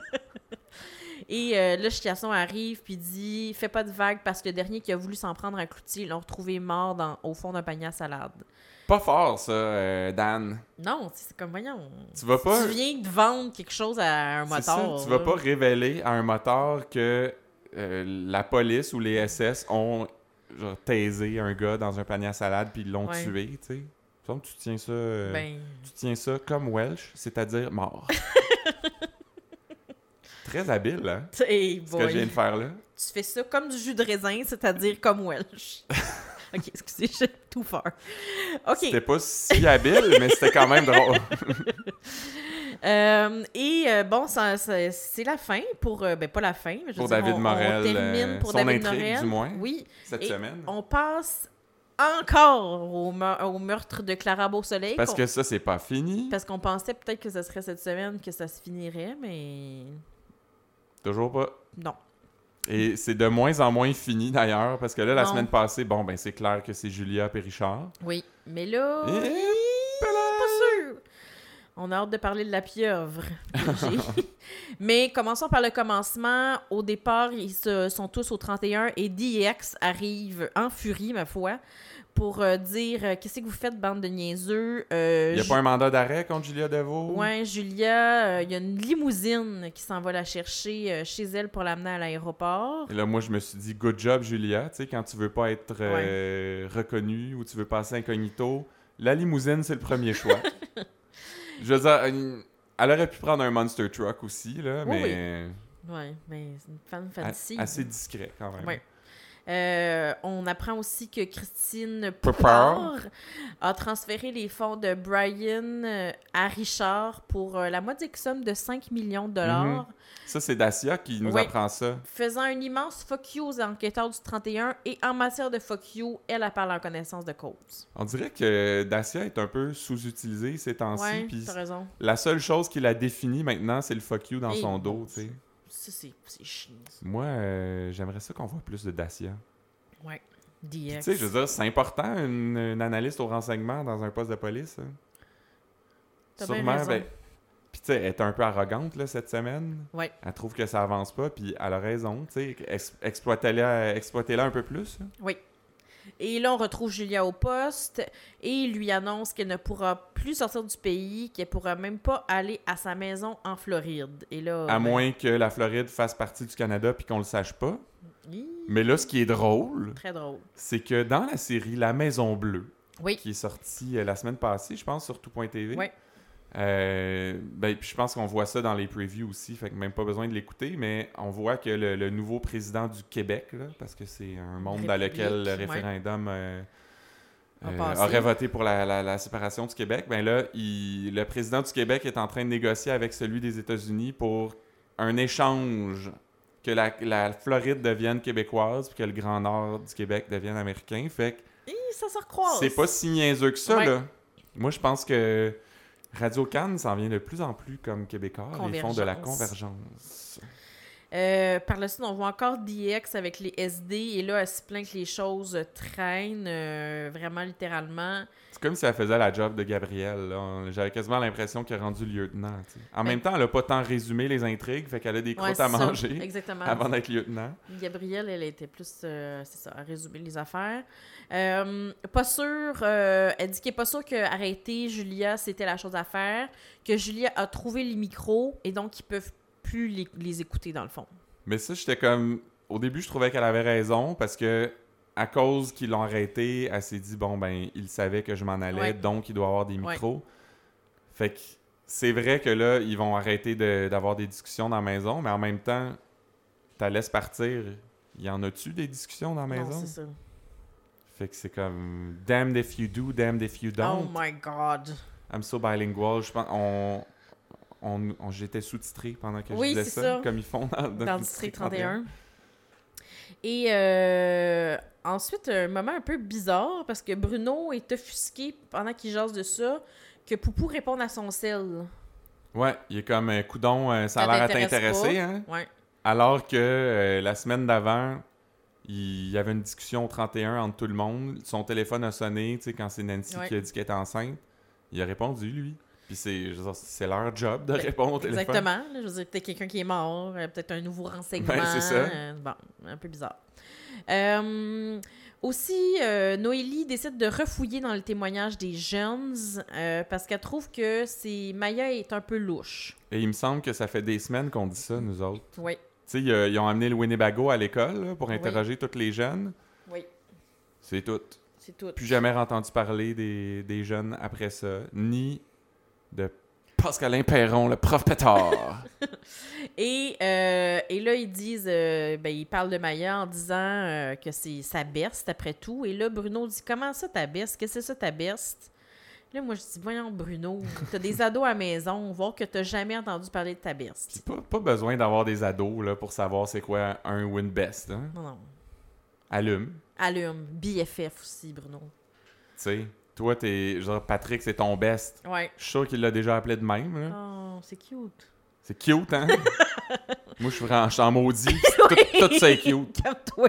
Et là, Chiasson arrive puis dit « Fais pas de vagues parce que le dernier qui a voulu s'en prendre un Cloutier, ils l'ont retrouvé mort au fond d'un panier à salade. » Pas fort, ça, Dan. Non, c'est comme, voyons... Tu vas pas... Tu viens de vendre quelque chose à un C'est ça, motard. tu vas là. pas révéler à un moteur que la police ou les SS ont genre taisé un gars dans un panier à salade puis ils l'ont Ouais. tué, tu sais. Il me semble que tu tiens ça Ben... tu tiens ça comme Welsh, c'est-à-dire mort. Très habile, hein? Hey Ce que je viens boy, de faire là. tu fais ça comme du jus de raisin, c'est-à-dire comme Welsh. Ok, excusez, j'ai tout faire. Ok. C'était pas si habile, mais c'était quand même drôle. Bon, c'est la fin pour... ben, pas la fin, mais je Pour veux dire, David Morel, on termine pour son David intrigue, Morel. du moins. Oui. Cette Et semaine. on passe encore au meurtre de Clara Beausoleil. Parce que ça, c'est pas fini. Parce qu'on pensait peut-être que ce serait cette semaine que ça se finirait, mais... Toujours pas. Non. Et c'est de moins en moins fini d'ailleurs, parce que là, la Non. semaine passée, bon, ben c'est clair que c'est Julia et Richard. Oui, mais là... Et... Pas sûr. On a hâte de parler de la pieuvre. Mais commençons par le commencement. Au départ, ils sont tous au 31 et DX arrive en furie, ma foi, pour dire qu'est-ce que vous faites, bande de niaiseux. Il n'y a pas un mandat d'arrêt contre Julia Deveau? Ouais, Julia, il y a une limousine qui s'en va la chercher chez elle pour l'amener à l'aéroport. Et là, moi, je me suis dit, good job, Julia. Tu sais, quand tu veux pas être reconnu ou tu veux passer incognito, la limousine, c'est le premier choix. Je veux dire, elle aurait pu prendre un Monster Truck aussi, là, Oui, mais... Ouais, mais c'est une fan fancy. Assez discret, quand même. Ouais. On apprend aussi que Christine Poupard Poupard a transféré les fonds de Brian à Richard pour la modique somme de 5 millions de dollars, Ça, c'est Dacia qui nous Oui. apprend ça. faisant un immense fuck you aux enquêteurs du 31 et en matière de fuck you, elle parle en connaissance de cause. On dirait que Dacia est un peu sous-utilisé ces temps-ci. Ouais, Puis t'as raison. la seule chose qui la définit maintenant, c'est le fuck you dans Et son bon, dos, tu sais. Ça, c'est chiant. Moi, j'aimerais ça qu'on voit plus de Dacia. Ouais. Puis, DX. tu sais, je veux dire, c'est important, une analyste au renseignement dans un poste de police. Hein. T'as bien Sûrement, raison. ben... Puis, tu sais, elle est un peu arrogante, là, cette semaine. Ouais. Elle trouve que ça avance pas, puis elle a raison, tu sais. Exploitez-la un peu plus. Là. Oui. Et là, on retrouve Julia au poste et il lui annonce qu'elle ne pourra plus sortir du pays, qu'elle pourra même pas aller à sa maison en Floride. Et là, À moins que la Floride fasse partie du Canada puis qu'on le sache pas. hi, Mais là, ce qui est drôle, très drôle. c'est que dans la série La Maison Bleue, Oui. qui est sortie la semaine passée, je pense, sur tout.tv, Oui. ben, puis je pense qu'on voit ça dans les previews aussi, fait que même pas besoin de l'écouter, mais on voit que le nouveau président du Québec, là, parce que c'est un monde dans lequel le République, référendum passé. aurait voté pour la séparation du Québec, ben là, le président du Québec est en train de négocier avec celui des États-Unis pour un échange, que la Floride devienne québécoise puis que le Grand Nord du Québec devienne américain. Fait que Hi, ça se recroise. c'est pas si niaiseux que ça, Ouais. là. Moi, je pense que Radio-Can s'en vient de plus en plus comme québécois. Ils font de la convergence. Par la suite, on voit encore DX avec les SD et là, elle se plaint que les choses traînent vraiment littéralement. C'est comme si elle faisait la job de Gabrielle. Là. J'avais quasiment l'impression qu'elle est rendue lieutenant. T'sais. En même temps, elle a pas tant résumé les intrigues, fait qu'elle a des croûtes Ouais, à c'est ça. manger Exactement. avant d'être lieutenant. Gabrielle, elle était plus, c'est ça, à résumer les affaires. Pas sûre, elle dit qu'elle est pas sûre qu'arrêter Julia, c'était la chose à faire, que Julia a trouvé les micros et donc ils peuvent plus les écouter dans le fond. Mais ça, j'étais comme... Au début, je trouvais qu'elle avait raison parce que à cause qu'ils l'ont arrêté, elle s'est dit, bon, ben, il savait que je m'en allais, Ouais. donc il doit avoir des Ouais. micros. Fait que c'est vrai que là, ils vont arrêter d'avoir des discussions dans la maison, mais en même temps, t'as laisse partir. Y en a-tu des discussions dans la maison? Non, c'est ça. Fait que c'est comme damned if you do, damned if you Oh don't. my God! I'm so bilingual. Je pense j'étais sous-titré pendant que je Oui, disais c'est ça, ça. comme ils font Dans le district 31. Et ensuite, un moment un peu bizarre, parce que Bruno est offusqué pendant qu'il jase de ça, que Poupou réponde à son sel. Ouais, il est comme coudon, ça a Ça l'air à t'intéresse t'intéresser, pas. hein? Ouais. Alors que la semaine d'avant, il y avait une discussion au 31 entre tout le monde. Son téléphone a sonné, tu sais, quand c'est Nancy qui a dit qu'elle était enceinte. Il a répondu, lui. Puis c'est leur job de répondre au téléphone. Exactement. Là, je veux dire, peut-être quelqu'un qui est mort, peut-être un nouveau renseignement. Ben, c'est ça. Bon, un peu bizarre. Aussi, Noélie décide de refouiller dans le témoignage des jeunes parce qu'elle trouve que Maya est un peu louche. Et il me semble que ça fait des semaines qu'on dit ça, nous autres. Oui. Tu sais, ils ont amené le Winnebago à l'école là, pour interroger tous les jeunes. Oui. C'est tout. C'est tout. Plus jamais entendu parler des jeunes après ça, ni de Pascalin Perron, le prof pétard. Et là, ils disent, ils parlent de Maya en disant que c'est sa beste après tout. Et là, Bruno dit, comment ça ta beste? Qu'est-ce que c'est ça ta beste? Là, moi, je dis, voyons, Bruno, t'as des ados à la maison, voir que t'as jamais entendu parler de ta beste. Pas besoin d'avoir des ados là, pour savoir c'est quoi un win best. Hein? Non. Allume. BFF aussi, Bruno. Tu sais, toi, genre Patrick, c'est ton best. Ouais. Je suis sûr qu'il l'a déjà appelé de même. Là. Oh, c'est cute. C'est cute, hein? Moi, je suis en maudit. Tout ça est cute. Calme-toi.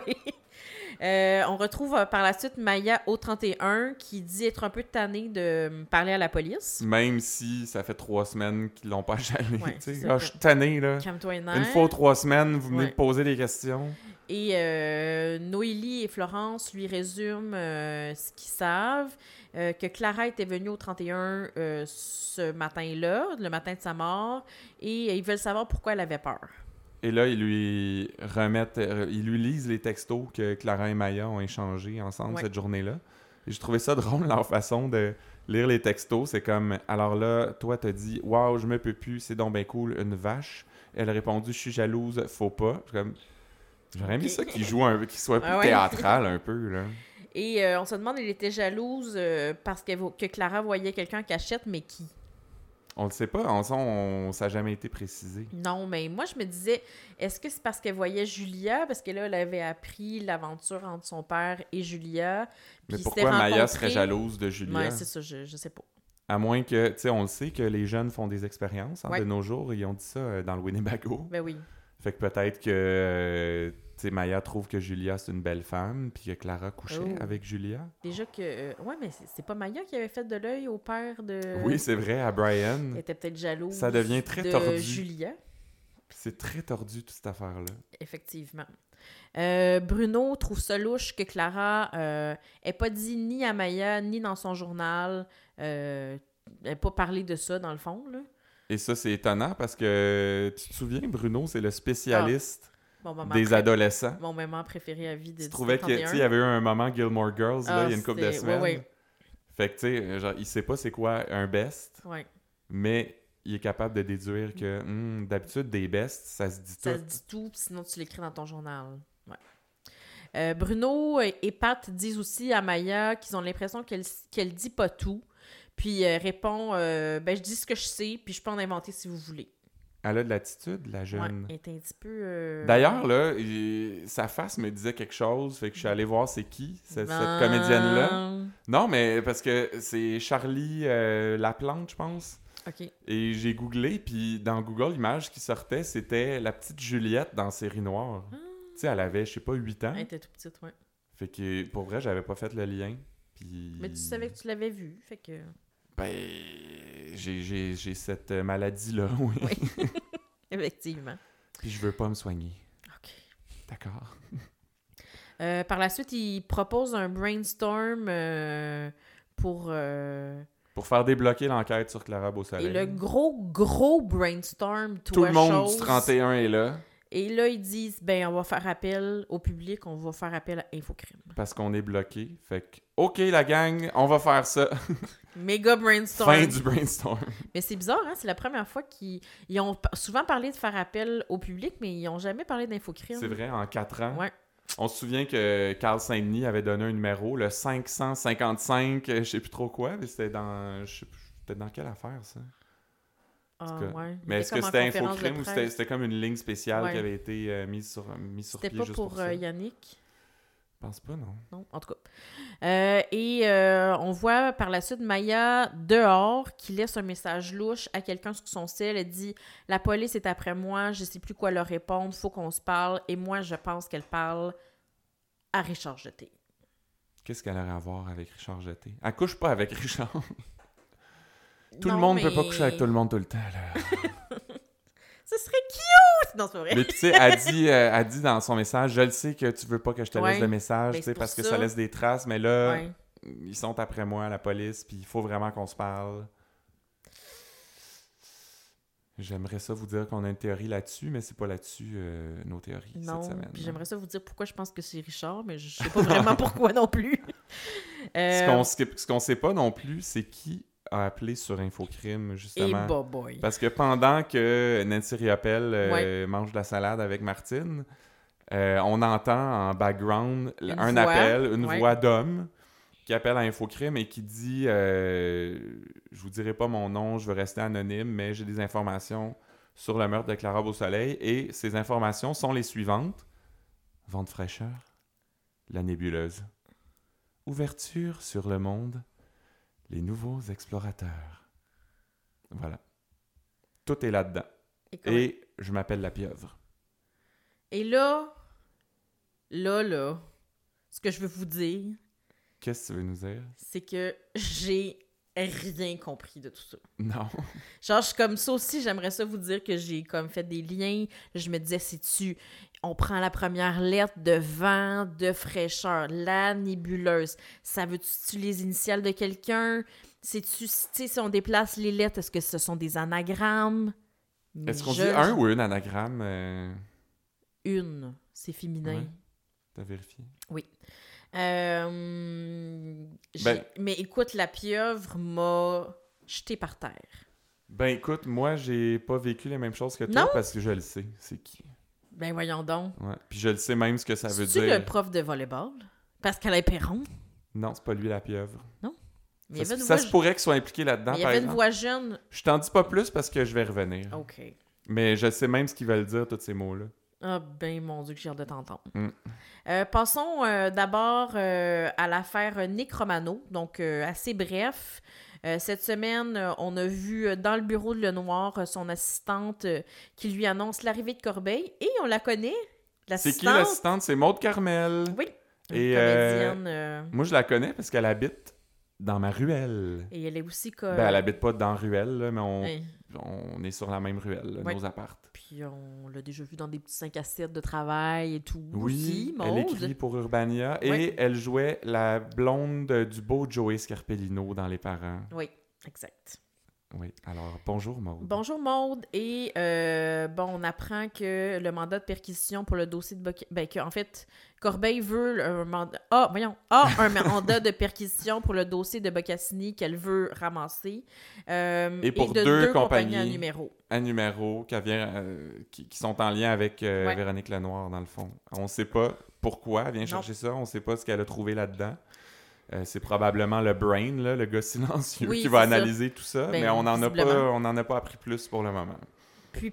On retrouve par la suite Maya au 31 qui dit être un peu tannée de parler à la police. Même si ça fait 3 semaines qu'ils l'ont pas chalé. Ouais, je suis que... tanné, là. Calme-toi, Une fois aux 3 semaines, vous venez me poser des questions. Et Noélie et Florence lui résument ce qu'ils savent. Que Clara était venue au 31 ce matin-là, le matin de sa mort, et ils veulent savoir pourquoi elle avait peur. Et là, ils lui lisent les textos que Clara et Maya ont échangés ensemble cette journée-là. Et je trouvais ça drôle, leur façon de lire les textos. C'est comme, alors là, toi, t'as dit « Wow, je me peux plus, c'est donc bien cool, une vache. » Elle a répondu « Je suis jalouse, faut pas. » Comme, j'aurais aimé ça qu'il soit plus théâtral un peu, là. Et on se demande, elle était jalouse parce que Clara voyait quelqu'un en cachette, mais qui? On le sait pas, ça n'a jamais été précisé. Non, mais moi, je me disais, est-ce que c'est parce qu'elle voyait Julia? Parce que là, elle avait appris l'aventure entre son père et Julia. Mais pourquoi Maya serait jalouse de Julia? Ouais, c'est ça, je sais pas. À moins que, tu sais, on le sait que les jeunes font des expériences de nos jours. Ils ont dit ça dans le Winnebago. Ben oui. Fait que peut-être que Maya trouve que Julia c'est une belle femme, puis que Clara couchait avec Julia. Déjà que... ouais, mais c'est pas Maya qui avait fait de l'œil au père de... Oui, c'est vrai, à Brian. Elle était peut-être jalouse. Ça devient très tordu. Julia. C'est très tordu, toute cette affaire-là. Effectivement. Bruno trouve ça louche que Clara n'ait pas dit ni à Maya, ni dans son journal. Elle n'a pas parlé de ça, dans le fond, là. Et ça, c'est étonnant parce que, tu te souviens, Bruno, c'est le spécialiste des adolescents. Mon moment préféré à vie de 31. Tu trouvais qu'il y avait eu un moment Gilmore Girls, là, il y a une couple de semaines. Ouais. Fait que, tu sais, genre, il sait pas c'est quoi un best, mais il est capable de déduire que, d'habitude, des bests, ça se dit tout. Ça se dit tout, sinon tu l'écris dans ton journal. Ouais. Bruno et Pat disent aussi à Maya qu'ils ont l'impression qu'elle dit pas tout. Puis répond je dis ce que je sais, puis je peux en inventer si vous voulez. Elle a de l'attitude, la jeune. Ouais, elle est un petit peu... D'ailleurs, là, sa face me disait quelque chose, fait que je suis allé voir c'est qui, cette comédienne-là. Non, mais parce que c'est Charlie Laplante, je pense. OK. Et j'ai googlé, puis dans Google, l'image qui sortait, c'était la petite Juliette dans Série Noire. Tu sais, elle avait, je sais pas, 8 ans. Elle était toute petite, ouais. Fait que, pour vrai, j'avais pas fait le lien. Puis... Mais tu savais que tu l'avais vu, fait que... Ben, j'ai cette maladie-là, oui. Oui, effectivement. Puis je veux pas me soigner. OK. D'accord. Par la suite, il propose un brainstorm pour faire débloquer l'enquête sur Clara Beausoleil. Et le gros brainstorm, tout le monde du 31 est là. Et là, ils disent, on va faire appel au public, on va faire appel à Infocrime. Parce qu'on est bloqué. Fait que, OK, la gang, on va faire ça. Méga brainstorm. Fin du brainstorm. Mais c'est bizarre, hein? C'est la première fois qu'ils ont souvent parlé de faire appel au public, mais ils n'ont jamais parlé d'Infocrime. C'est vrai, en 4 ans. Ouais. On se souvient que Carl Saint-Denis avait donné un numéro, le 555, je sais plus trop quoi, mais c'était dans... C'était dans quelle affaire, ça? Ah, ouais. Mais est-ce que comme en c'était conférence de Infocrime ou presse. c'était comme une ligne spéciale Ouais. qui avait été mise sur C'était pied pas juste pour ça? Yannick. Je pense pas, non. Non, en tout cas. On voit par la suite Maya dehors qui laisse un message louche à quelqu'un sur son cell. Elle dit « La police est après moi, je sais plus quoi leur répondre, faut qu'on se parle. » Et moi, je pense qu'elle parle à Richard Jeté. Qu'est-ce qu'elle aurait à voir avec Richard Jeté? Elle couche pas avec Richard. Tout le Non, monde mais... peut pas coucher avec tout le monde tout le temps, là. Ce serait cute! Non, c'est pas vrai. Mais tu sais, elle dit dans son message, je le sais que tu veux pas que je te laisse Ouais, le message, ben, tu sais, c'est parce que pour ça ça. laisse des traces, mais là, Ouais. ils sont après moi, la police, puis il faut vraiment qu'on se parle. J'aimerais ça vous dire qu'on a une théorie là-dessus, mais c'est pas là-dessus nos théories Non, cette semaine. puis j'aimerais ça vous dire pourquoi je pense que c'est Richard, mais je sais pas vraiment pourquoi non plus. Ce qu'on sait pas non plus, c'est qui a appelé sur Infocrime, Et justement. boy. Parce que pendant que Nancy Riopelle Ouais. mange de la salade avec Martine, on entend en background Une un voix, appel, une ouais. voix d'homme qui appelle à Infocrime et qui dit je vous dirai pas mon nom, je veux rester anonyme, mais j'ai des informations sur le meurtre de Clara Beausoleil et ces informations sont les suivantes. Vent de fraîcheur, la nébuleuse. Ouverture sur le monde, les nouveaux explorateurs. Voilà. Tout est là-dedans. Et je m'appelle la pieuvre. Et là, ce que je veux vous dire, Qu'est-ce que tu veux nous dire? c'est que j'ai rien compris de tout ça. Non. Genre, je suis comme ça aussi, j'aimerais ça vous dire que j'ai comme fait des liens. Je me disais, c'est-tu, on prend la première lettre de vent, de fraîcheur, la nébuleuse. Ça veut-tu les initiales de quelqu'un? C'est-tu, tu sais, si on déplace les lettres, est-ce que ce sont des anagrammes? Est-ce qu'on dit un ou une anagramme? Une, c'est féminin. Ouais. T'as vérifié? Oui. Ben- Mais écoute, la pieuvre m'a jeté par terre. Ben écoute, moi j'ai pas vécu les mêmes choses que toi Non? parce que je le sais, c'est qui. Ben voyons donc. Ouais. Puis je le sais même ce que ça veut C'est-tu dire. le prof de volleyball? Pascal Perron? Non, c'est pas lui la pieuvre. Mais il y Ça, avait une ça voix... se pourrait qu'il soit impliqué là-dedans, mais il y par avait une exemple. voix jeune. Je t'en dis pas plus parce que je vais revenir. OK. Mais je sais même ce qu'ils veulent dire, tous ces mots-là. Ah ben, mon Dieu, que j'ai hâte de t'entendre. Mm. Passons d'abord à l'affaire Nick Romano. Donc, assez bref. Cette semaine, on a vu dans le bureau de Lenoir son assistante qui lui annonce l'arrivée de Corbeil. Et on la connaît, C'est l'assistante. qui l'assistante? C'est Maude Carmel. Oui. Une Et comédienne. moi, je la connais parce qu'elle habite dans ma ruelle. Et elle est aussi comme... Ben, elle habite pas dans la ruelle, là, mais Ouais. on est sur la même ruelle, là, Ouais. nos appartes. Puis on l'a déjà vu dans des petits 5 à 7 de travail et tout. Oui, aussi, elle Maude. écrit pour Urbania et Ouais. elle jouait la blonde du beau Joey Scarpellino dans Les Parents. Oui, exact. Oui, alors bonjour Maude. Bonjour Maude. Et on apprend que le mandat de perquisition pour le dossier de en fait, Corbeil veut un mandat. Un mandat de perquisition pour le dossier de Boccassini qu'elle veut ramasser. Et pour de deux compagnies à compagnies. numéro. Un numéro qui sont en lien avec Ouais. Véronique Lenoir, dans le fond. On ne sait pas pourquoi elle vient Non. chercher ça, on ne sait pas ce qu'elle a trouvé là-dedans. C'est probablement le brain, là, le gars silencieux, Oui, qui va c'est ça. analyser tout ça, Ben, mais on n'en visiblement. a pas appris plus pour le moment. Puis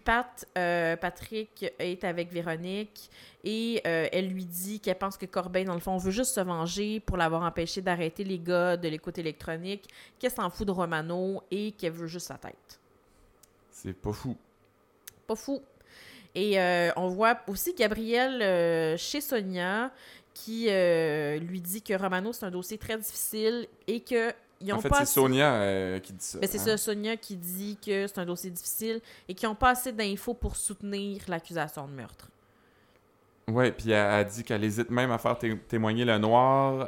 Patrick est avec Véronique et elle lui dit qu'elle pense que Corbeil, dans le fond, veut juste se venger pour l'avoir empêché d'arrêter les gars de l'écoute électronique, qu'elle s'en fout de Romano et qu'elle veut juste sa tête. C'est pas fou. Pas fou. Et on voit aussi Gabriel chez Sonia qui lui dit que Romano, c'est un dossier très difficile et que ils ont En fait, pas c'est assez... Sonia qui dit ça. Ben, c'est hein. ça, Sonia qui dit que c'est un dossier difficile et qu'ils n'ont pas assez d'infos pour soutenir l'accusation de meurtre. Oui, puis elle dit qu'elle hésite même à faire témoigner le noir,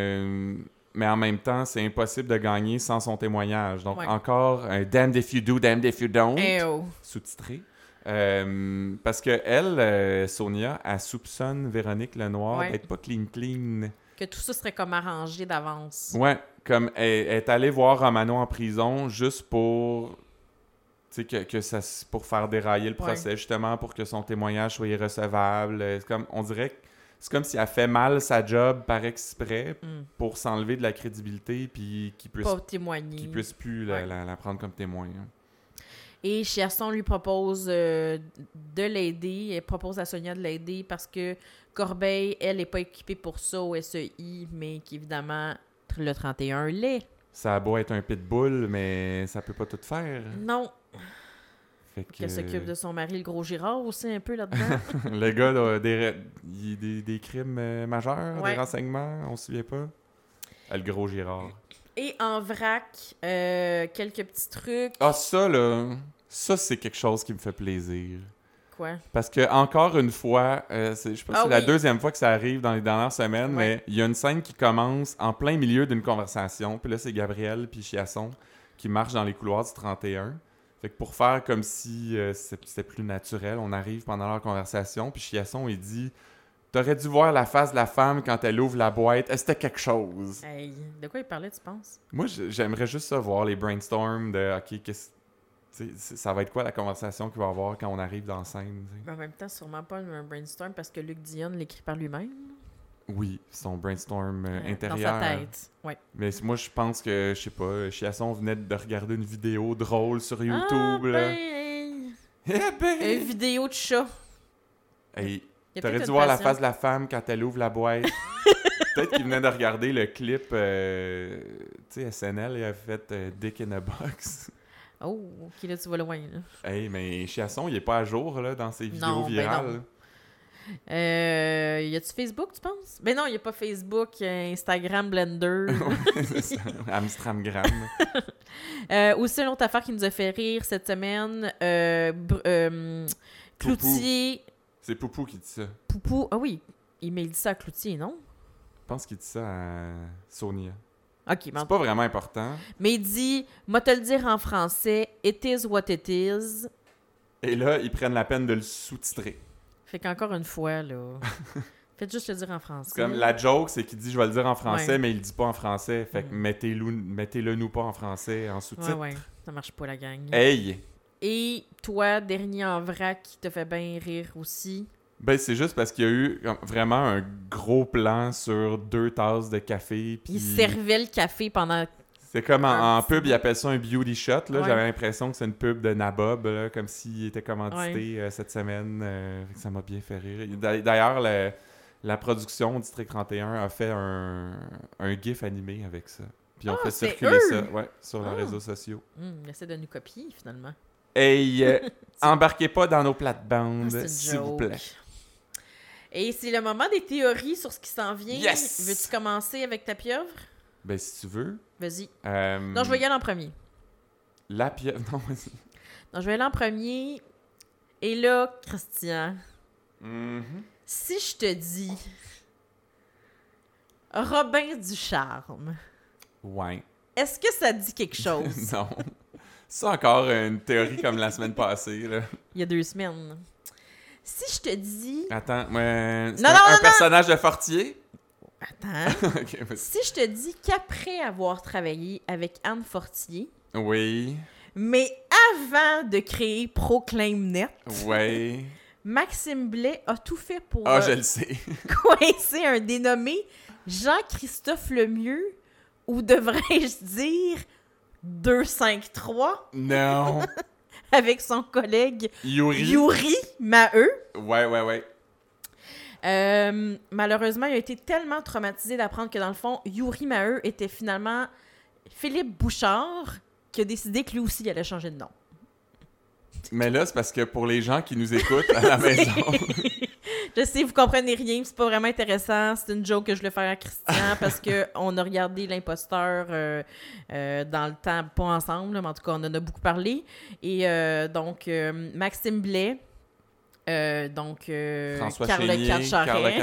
mais en même temps, c'est impossible de gagner sans son témoignage. Donc, Ouais. encore un « damned if you do, damned if you don't Eh oh! sous-titré. Parce que elle, Sonia, elle soupçonne Véronique Lenoir Ouais. d'être pas clean. Que tout ça serait comme arrangé d'avance. Ouais, comme elle est allée voir Romano en prison juste pour... Tu sais, que ça, pour faire dérailler le procès, justement, pour que son témoignage soit irrecevable. C'est comme, on dirait que c'est comme si elle fait mal sa job par exprès pour s'enlever de la crédibilité puis qu'il puisse, Pas témoigner. qu'il puisse plus la prendre comme témoin. Hein. Et Chiasson lui propose de l'aider. Elle propose à Sonia de l'aider parce que Corbeil, elle, n'est pas équipée pour ça au SEI, mais qu'évidemment, le 31 l'est. Ça a beau être un pitbull, mais ça peut pas tout faire. Non. Fait que... Qu'elle s'occupe de son mari, le gros Girard, aussi, un peu là-dedans. Le gars a des crimes majeurs, Ouais. des renseignements, on se souvient pas. Le gros Girard. Et en vrac, quelques petits trucs. Ah, ça, là, ça, c'est quelque chose qui me fait plaisir. Quoi? Parce que, encore une fois, je pense que c'est la deuxième fois que ça arrive dans les dernières semaines, mais il y a une scène qui commence en plein milieu d'une conversation. Puis là, c'est Gabriel puis Chiasson qui marchent dans les couloirs du 31. Fait que pour faire comme si c'était plus naturel, on arrive pendant leur conversation, puis Chiasson, il dit « T'aurais dû voir la face de la femme quand elle ouvre la boîte. C'était quelque chose. » Hey, de quoi il parlait, tu penses? Moi, j'aimerais juste ça voir les brainstorms de « OK, ça va être quoi la conversation qu'il va y avoir quand on arrive dans la scène? » Mais en même temps, sûrement pas un brainstorm parce que Luc Dion l'écrit par lui-même. Oui, son brainstorm intérieur. Dans sa tête, ouais. Mais moi, je pense que, je sais pas, Chiasson venait de regarder une vidéo drôle sur YouTube. Là. Une vidéo de chat. Hey, t'aurais dû voir la face de la femme quand elle ouvre la boîte. Peut-être qu'il venait de regarder le clip, tu sais, SNL, il a fait Dick in a Box. Oh, ok, là, tu vas loin, là. Hey, mais Chiasson, il est pas à jour, là, dans ses vidéos virales. Ben non. Y a-tu Facebook, tu penses? Ben non, il n'y a pas Facebook, Instagram, Blender. Amstramgram. Aussi, une autre affaire qui nous a fait rire cette semaine, Cloutier. C'est Poupou qui dit ça. Poupou, ah oui, il dit ça à Cloutier, non? Je pense qu'il dit ça à Sonia. Ok, c'est pas vraiment important. Mais il dit, moi te le dire en français, it is what it is. Et là, ils prennent la peine de le sous-titrer. Fait qu'encore une fois, là, faites juste le dire en français. C'est comme la joke, c'est qu'il dit je vais le dire en français, mais il le dit pas en français. Fait que mettez-le nous pas en français, en sous-titre. Ouais, ça marche pas la gang. Hey! Et toi, dernier en vrac qui te fait bien rire aussi. Ben, c'est juste parce qu'il y a eu vraiment un gros plan sur 2 tasses de café. Pis... Il servait le café pendant... C'est comme en pub, ils appellent ça un beauty shot. Là. Ouais. J'avais l'impression que c'est une pub de Nabob, là, comme s'il était commandité cette semaine. Ça m'a bien fait rire. D'ailleurs, la production District 31 a fait un GIF animé avec ça. Puis on fait circuler ça sur leurs réseaux sociaux. Essaie de nous copier, finalement. Hey, embarquez pas dans nos plates-bandes, s'il vous plaît. Et c'est le moment des théories sur ce qui s'en vient. Yes! Veux-tu commencer avec ta pieuvre? Ben, si tu veux. Vas-y. Non, je vais y aller en premier. La pieuvre... Non, vas-y. Non, je vais aller en premier. Et là, Christian, si je te dis Robin Ducharme, ouais. est-ce que ça dit quelque chose? Non. C'est encore une théorie comme la semaine passée, là. Il y a 2 semaines. Si je te dis... Attends, c'est un personnage de Fortier? Attends. Okay, si je te dis qu'après avoir travaillé avec Anne Fortier... Oui. Mais avant de créer Proclaim.net... Oui. Maxime Blais a tout fait pour... je le sais. coincer un dénommé Jean-Christophe Lemieux, ou devrais-je dire 253? Non. Avec son collègue Yuri Maheu. Ouais. Malheureusement, il a été tellement traumatisé d'apprendre que dans le fond, Yuri Maheu était finalement Philippe Bouchard, qui a décidé que lui aussi il allait changer de nom. Mais là, c'est parce que pour les gens qui nous écoutent à la maison... Je sais, vous comprenez rien, c'est pas vraiment intéressant. C'est une joke que je voulais faire à Christian parce qu'on a regardé L'Imposteur dans le temps, pas ensemble, mais en tout cas, on en a beaucoup parlé. Et donc, Maxime Blais, François Carl Chénier, Catcharet.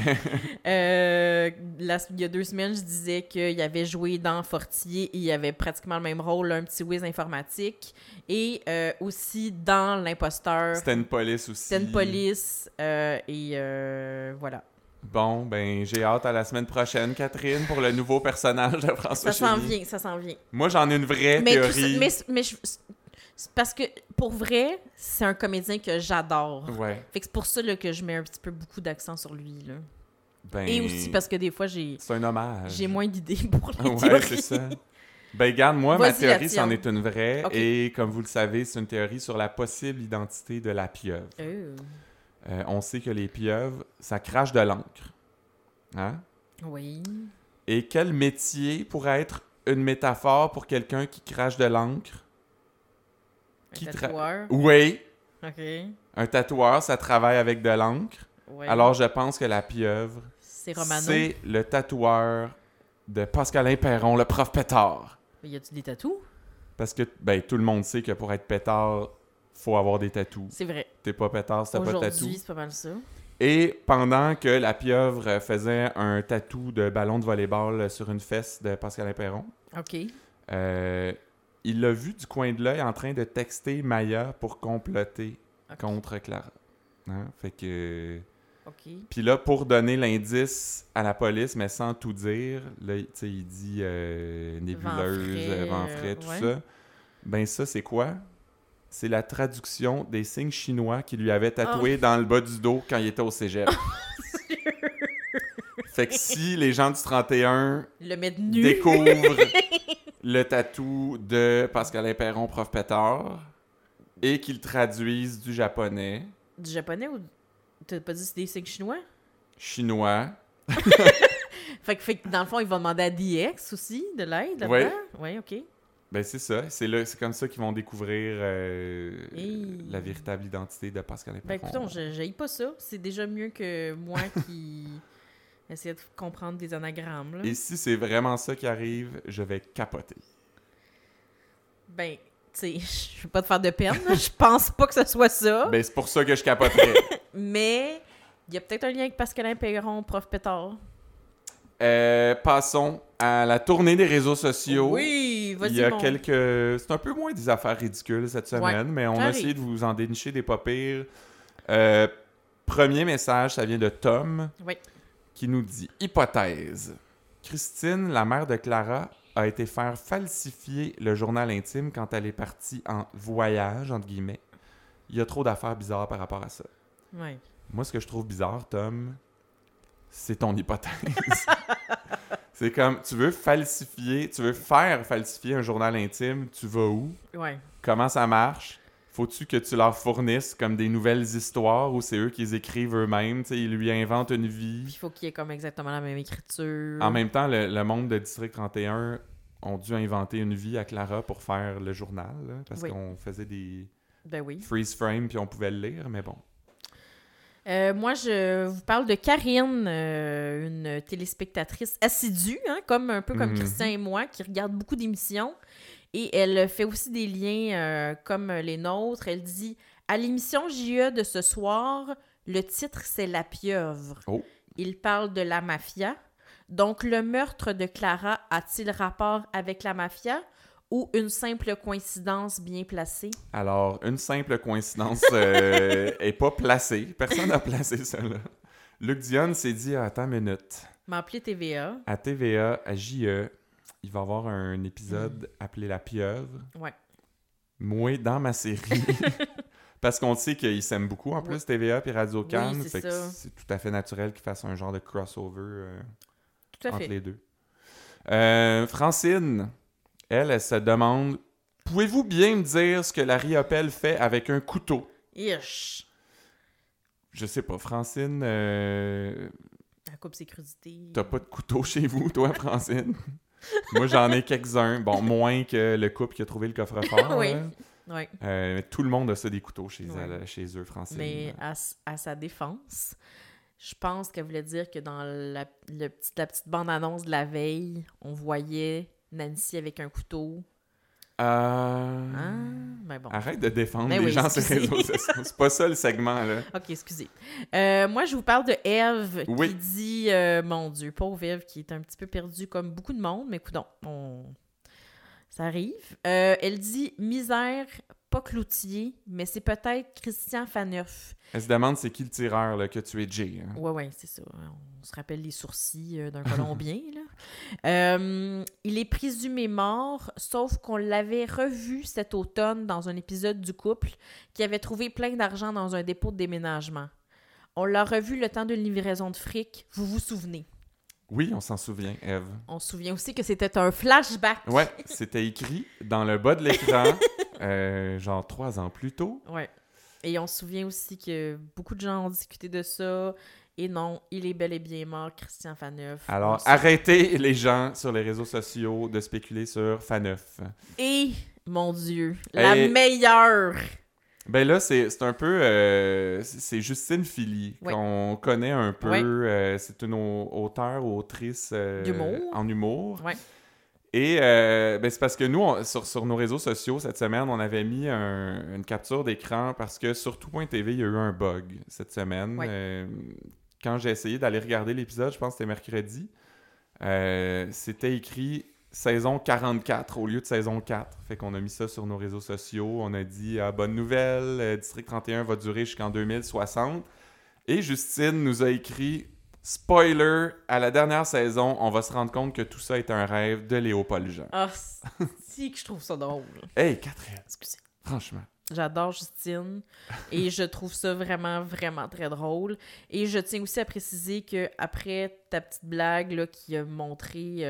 Il y a 2 semaines, je disais qu'il avait joué dans Fortier et il avait pratiquement le même rôle, un petit whiz informatique. Et aussi dans L'Imposteur. C'était une police aussi. C'était une police. Voilà. Bon, ben, j'ai hâte à la semaine prochaine, Catherine, pour le nouveau personnage de François Chénier. Ça s'en vient. Moi, j'en ai une vraie théorie. C'est parce que, pour vrai, c'est un comédien que j'adore. Ouais. Fait que c'est pour ça là, que je mets un petit peu beaucoup d'accent sur lui. Là. Ben, Et aussi parce que des fois, c'est un hommage. j'ai moins d'idées pour les Ouais, théories. c'est ça. Ben, regarde, moi, ma Vas-y, théorie, la c'en tienne. est une vraie. Ok. Et comme vous le savez, c'est une théorie sur la possible identité de la pieuvre. On sait que les pieuvres, ça crache de l'encre. Hein? Oui. Et quel métier pourrait être une métaphore pour quelqu'un qui crache de l'encre? Un tatoueur. Oui, OK. un tatoueur, ça travaille avec de l'encre. Ouais. Alors, je pense que la pieuvre, C'est Romano. c'est le tatoueur de Pascalin Perron, le prof pétard. Mais y a-tu des tatous? Parce que ben, tout le monde sait que pour être pétard, faut avoir des tatous. C'est vrai. T'es pas pétard si t'as pas de tatou. Aujourd'hui, c'est pas mal ça. Et pendant que la pieuvre faisait un tatou de ballon de volleyball sur une fesse de Pascalin Perron, OK. il l'a vu du coin de l'œil en train de texter Maya pour comploter contre Clara. Hein? Fait que... OK. Puis là, pour donner l'indice à la police, mais sans tout dire, là, il dit nébuleuse, vent frais, tout ouais. ça. Ben ça, c'est quoi? C'est la traduction des signes chinois qu'il lui avait tatoués dans le bas du dos quand il était au cégep. Fait que si les gens du 31 Le mettre nu. découvrent le tatou de Pascalin Perron, prof pétard, et qu'ils traduisent du japonais, Du japonais ou... T'as pas dit que c'est des signes chinois? chinois, Fait que dans le fond, ils vont demander à DX aussi de l'aide là-dedans? Ouais. Oui, OK. ben c'est ça. C'est comme ça qu'ils vont découvrir Hey. la véritable identité de Pascalin Ben Perron. écoutons, j'haïs pas ça. C'est déjà mieux que moi qui essayais de comprendre des anagrammes. Là. Et si c'est vraiment ça qui arrive, je vais capoter. Ben, tu sais, je veux pas te faire de peine. Là. Je pense pas que ce soit ça. Ben c'est pour ça que je capoterais. Mais il y a peut-être un lien avec Pascalin Perron, prof pétard. Passons à la tournée des réseaux sociaux. Oui, vas-y, Il y a mon... quelques... C'est un peu moins des affaires ridicules cette semaine, mais on a arrive. essayé de vous en dénicher des pas pires. Premier message, ça vient de Tom, Oui. qui nous dit « Hypothèse. Christine, la mère de Clara, a été faire falsifier le journal intime quand elle est partie en voyage, entre guillemets. Il y a trop d'affaires bizarres par rapport à ça. Ouais. Moi, ce que je trouve bizarre, Tom, c'est ton hypothèse. C'est comme, tu veux faire falsifier un journal intime, tu vas où? Ouais. Comment ça marche? Faut-tu que tu leur fournisses comme des nouvelles histoires ou c'est eux qui les écrivent eux-mêmes? T'sais, ils lui inventent une vie. Puis il faut qu'il y ait comme exactement la même écriture. En même temps, le monde de District 31 ont dû inventer une vie à Clara pour faire le journal, là, parce Oui. qu'on faisait des Ben oui. freeze frame puis on pouvait le lire, mais bon. Moi, je vous parle de Karine, une téléspectatrice assidue, hein, un peu comme Mhm. Christian et moi, qui regarde beaucoup d'émissions. Et elle fait aussi des liens comme les nôtres. Elle dit « À l'émission JE de ce soir, le titre, c'est La pieuvre. Oh. Il parle de la mafia. Donc, le meurtre de Clara a-t-il rapport avec la mafia ou une simple coïncidence bien placée? » Alors, une simple coïncidence est pas placée. Personne n'a placé ça, là. Luc Dionne s'est dit, attends une minute. M'a appelé TVA. À TVA, à JE, il va y avoir un épisode appelé La pieuvre. Ouais. Moi, dans ma série. Parce qu'on sait qu'ils s'aiment beaucoup, en plus, TVA puis Radio-Can. Oui, c'est fait que ça. c'est tout à fait naturel qu'ils fassent un genre de crossover Tout à entre fait. les deux. Francine, elle se demande, pouvez-vous bien me dire ce que Larry Appel fait avec un couteau? Ish. Je sais pas, Francine, La coupe sécurité. t'as pas de couteau chez vous, toi, Francine? Moi, j'en ai quelques-uns. Bon, moins que le couple qui a trouvé le coffre-fort. Oui. là. Ouais. Tout le monde a ça des couteaux chez, Ouais. chez eux, Francine. Mais à sa défense, je pense qu'elle voulait dire que dans la petite bande-annonce de la veille, on voyait Nancy avec un couteau. Ah, ben bon. Arrête de défendre Ben les oui, gens sur les excusez. réseaux sociaux. C'est pas ça le segment, là. OK, excusez. Moi, je vous parle de Ève Oui. qui dit, mon Dieu, pauvre Ève, qui est un petit peu perdue comme beaucoup de monde, mais écoute, ça arrive. Elle dit « Misère, pas Cloutier, mais c'est peut-être Christian Faneuf. » Elle se demande c'est qui le tireur là, que tu es Jay. Hein? Ouais, c'est ça. On se rappelle les sourcils d'un Colombien, là. Il est présumé mort, sauf qu'on l'avait revu cet automne dans un épisode du couple qui avait trouvé plein d'argent dans un dépôt de déménagement. On l'a revu le temps d'une livraison de fric. Vous vous souvenez? Oui, on s'en souvient, Eve. On se souvient aussi que c'était un flashback. Ouais, c'était écrit dans le bas de l'écran, genre 3 ans plus tôt. Ouais. Et on se souvient aussi que beaucoup de gens ont discuté de ça. Et non, il est bel et bien mort, Christian Faneuf. Alors, arrêtez les gens sur les réseaux sociaux de spéculer sur Faneuf. Et, mon Dieu, la meilleure! Ben là, c'est un peu... c'est Justine Philly, qu'on connaît un peu. Ouais. C'est une auteure ou autrice d'humour. En humour. Ouais. Et ben c'est parce que nous, sur nos réseaux sociaux, cette semaine, on avait mis une capture d'écran parce que sur tout.tv, il y a eu un bug cette semaine. Ouais. Quand j'ai essayé d'aller regarder l'épisode, je pense que c'était mercredi, c'était écrit saison 44 au lieu de saison 4. Fait qu'on a mis ça sur nos réseaux sociaux. On a dit bonne nouvelle, District 31 va durer jusqu'en 2060. Et Justine nous a écrit spoiler, à la dernière saison, on va se rendre compte que tout ça est un rêve de Léopold Jean. Ah, si que je trouve ça drôle. Hey, Catherine! Excusez. Franchement. J'adore Justine et je trouve ça vraiment, vraiment très drôle. Et je tiens aussi à préciser qu'après ta petite blague là, qui a montré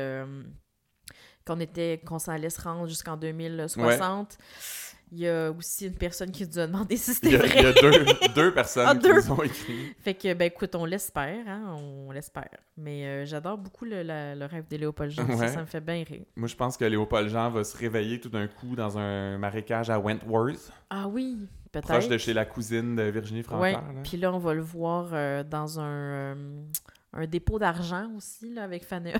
qu'on s'allait se rendre jusqu'en 2060, il y a aussi une personne qui nous a demandé si c'était vrai. Il y a deux personnes qui nous ont écrit. Fait que, ben écoute, on l'espère, hein, on l'espère. Mais j'adore beaucoup le rêve de Léopold Jean, ça me fait bien rire. Moi, je pense que Léopold Jean va se réveiller tout d'un coup dans un marécage à Wentworth. Ah oui, peut-être. Proche de chez la cousine de Virginie Francœur. Oui, puis là, on va le voir dans un dépôt d'argent aussi, là, avec Faneuf.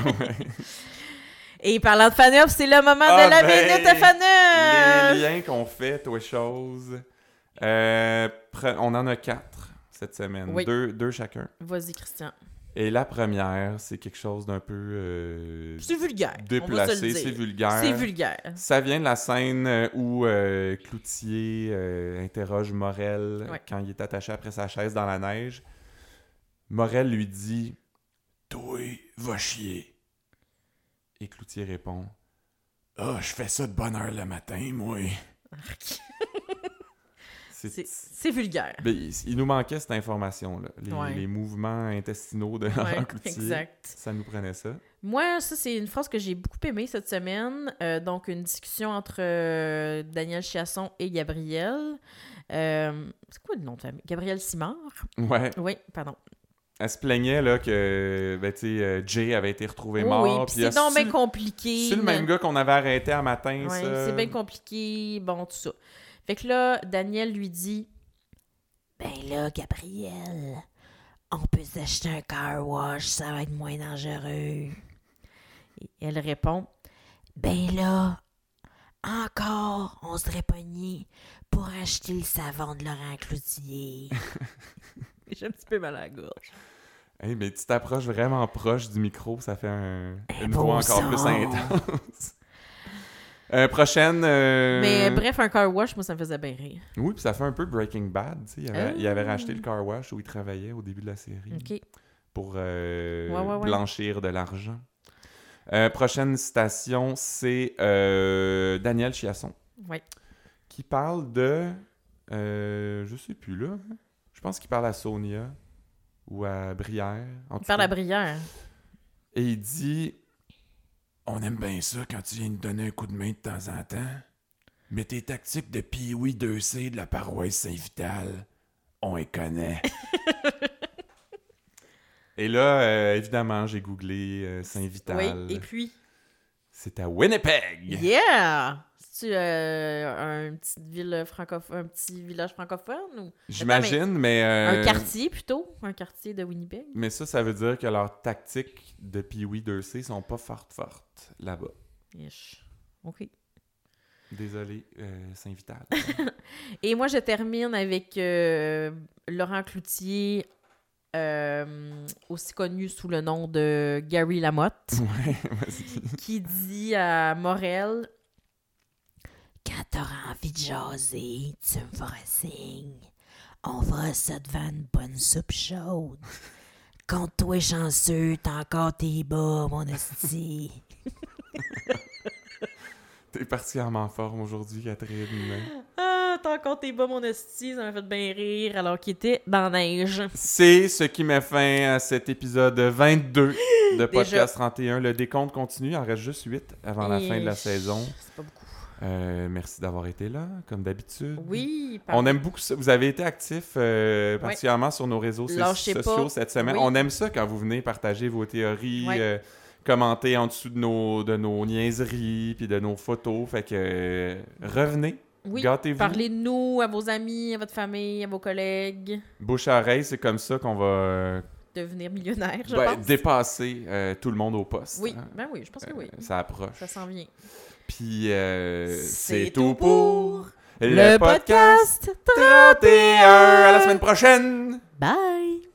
Et parlant de Faneuf, c'est le moment de la minute à Faneuf! Les liens qu'on fait, toi, choses. On en a 4 cette semaine. Oui. 2 chacun. Vas-y, Christian. Et la première, c'est quelque chose d'un peu... c'est vulgaire. Déplacé, c'est vulgaire. C'est vulgaire. Ça vient de la scène où Cloutier interroge Morel quand il est attaché après sa chaise dans la neige. Morel lui dit « Toi, va chier ». Et Cloutier répond « Ah, je fais ça de bonne heure le matin, moi. » C'est vulgaire. Ben, il nous manquait cette information-là. Les mouvements intestinaux de Laurent Cloutier. Exact. Ça nous prenait ça. Moi, ça, c'est une phrase que j'ai beaucoup aimée cette semaine. Donc, une discussion entre Daniel Chiasson et Gabriel. C'est quoi le nom de famille? Gabriel Simard? Ouais. Oui, pardon. Elle se plaignait là, que Jay avait été retrouvé mort. Oui, puis c'est donc bien compliqué. C'est le même gars qu'on avait arrêté à matin, ouais, ça. C'est bien compliqué, bon, tout ça. Fait que là, Daniel lui dit « Ben là, Gabriel, on peut s'acheter un car wash, ça va être moins dangereux. » Et elle répond « Ben là, encore, on serait pogné pour acheter le savon de Laurent Cloutier. » J'ai un petit peu mal à la gorge. Hey, mais tu t'approches vraiment proche du micro, ça fait une voix encore plus intense. Prochaine... Mais bref, un car wash, moi, ça me faisait bien rire. Oui, puis ça fait un peu Breaking Bad. Il avait racheté le car wash où il travaillait au début de la série. OK. Pour blanchir de l'argent. Prochaine citation, c'est Daniel Chiasson. Oui. Qui parle de... je sais plus, là. Je pense qu'il parle à Sonia ou à Brière. Il parle à Brière. Et il dit... On aime bien ça quand tu viens nous donner un coup de main de temps en temps. Mais tes tactiques de Pee-Wee 2C de la paroisse Saint-Vital, on les connaît. Et là, évidemment, j'ai googlé Saint-Vital. Oui, et puis? C'est à Winnipeg! Yeah! C'est-tu une petite ville francophone, un petit village francophone? Ou... J'imagine, mais... un quartier, plutôt. Un quartier de Winnipeg. Mais ça veut dire que leurs tactiques de Pee-Wee 2C sont pas fortes là-bas. Yes. OK. Désolé, Saint-Vital. Et moi, je termine avec Laurent Cloutier, aussi connu sous le nom de Gary Lamotte, qui dit à Morel... Quand t'auras envie de jaser, tu me feras signe. On fera ça devant une bonne soupe chaude. Compte-toi chanceux, t'as encore tes bas, mon esti. T'es particulièrement forme aujourd'hui, Catherine. Ah, T'as compté bas mon hostie, ça m'a fait bien rire alors qu'il était dans la neige. C'est ce qui met fin à cet épisode 22 de Podcast Déjà. 31. Le décompte continue, il en reste juste 8 avant la fin de la saison. C'est pas beaucoup. Merci d'avoir été là, comme d'habitude. Oui. On aime beaucoup ça. Vous avez été actifs, particulièrement sur nos réseaux Lâchez sociaux pas. cette semaine. Oui. On aime ça quand vous venez partager vos théories, Ouais. commenter en dessous de nos niaiseries puis de nos photos. Fait que revenez, Oui. gâtez-vous. Parlez de nous à vos amis, à votre famille, à vos collègues. Bouche à oreille, c'est comme ça qu'on va Devenir millionnaire, je pense. dépasser tout le monde au poste. Oui, hein. ben oui, je pense que oui. Ça approche. Ça s'en vient. Puis C'est c'est tout tout pour le podcast 31. À la semaine prochaine! Bye!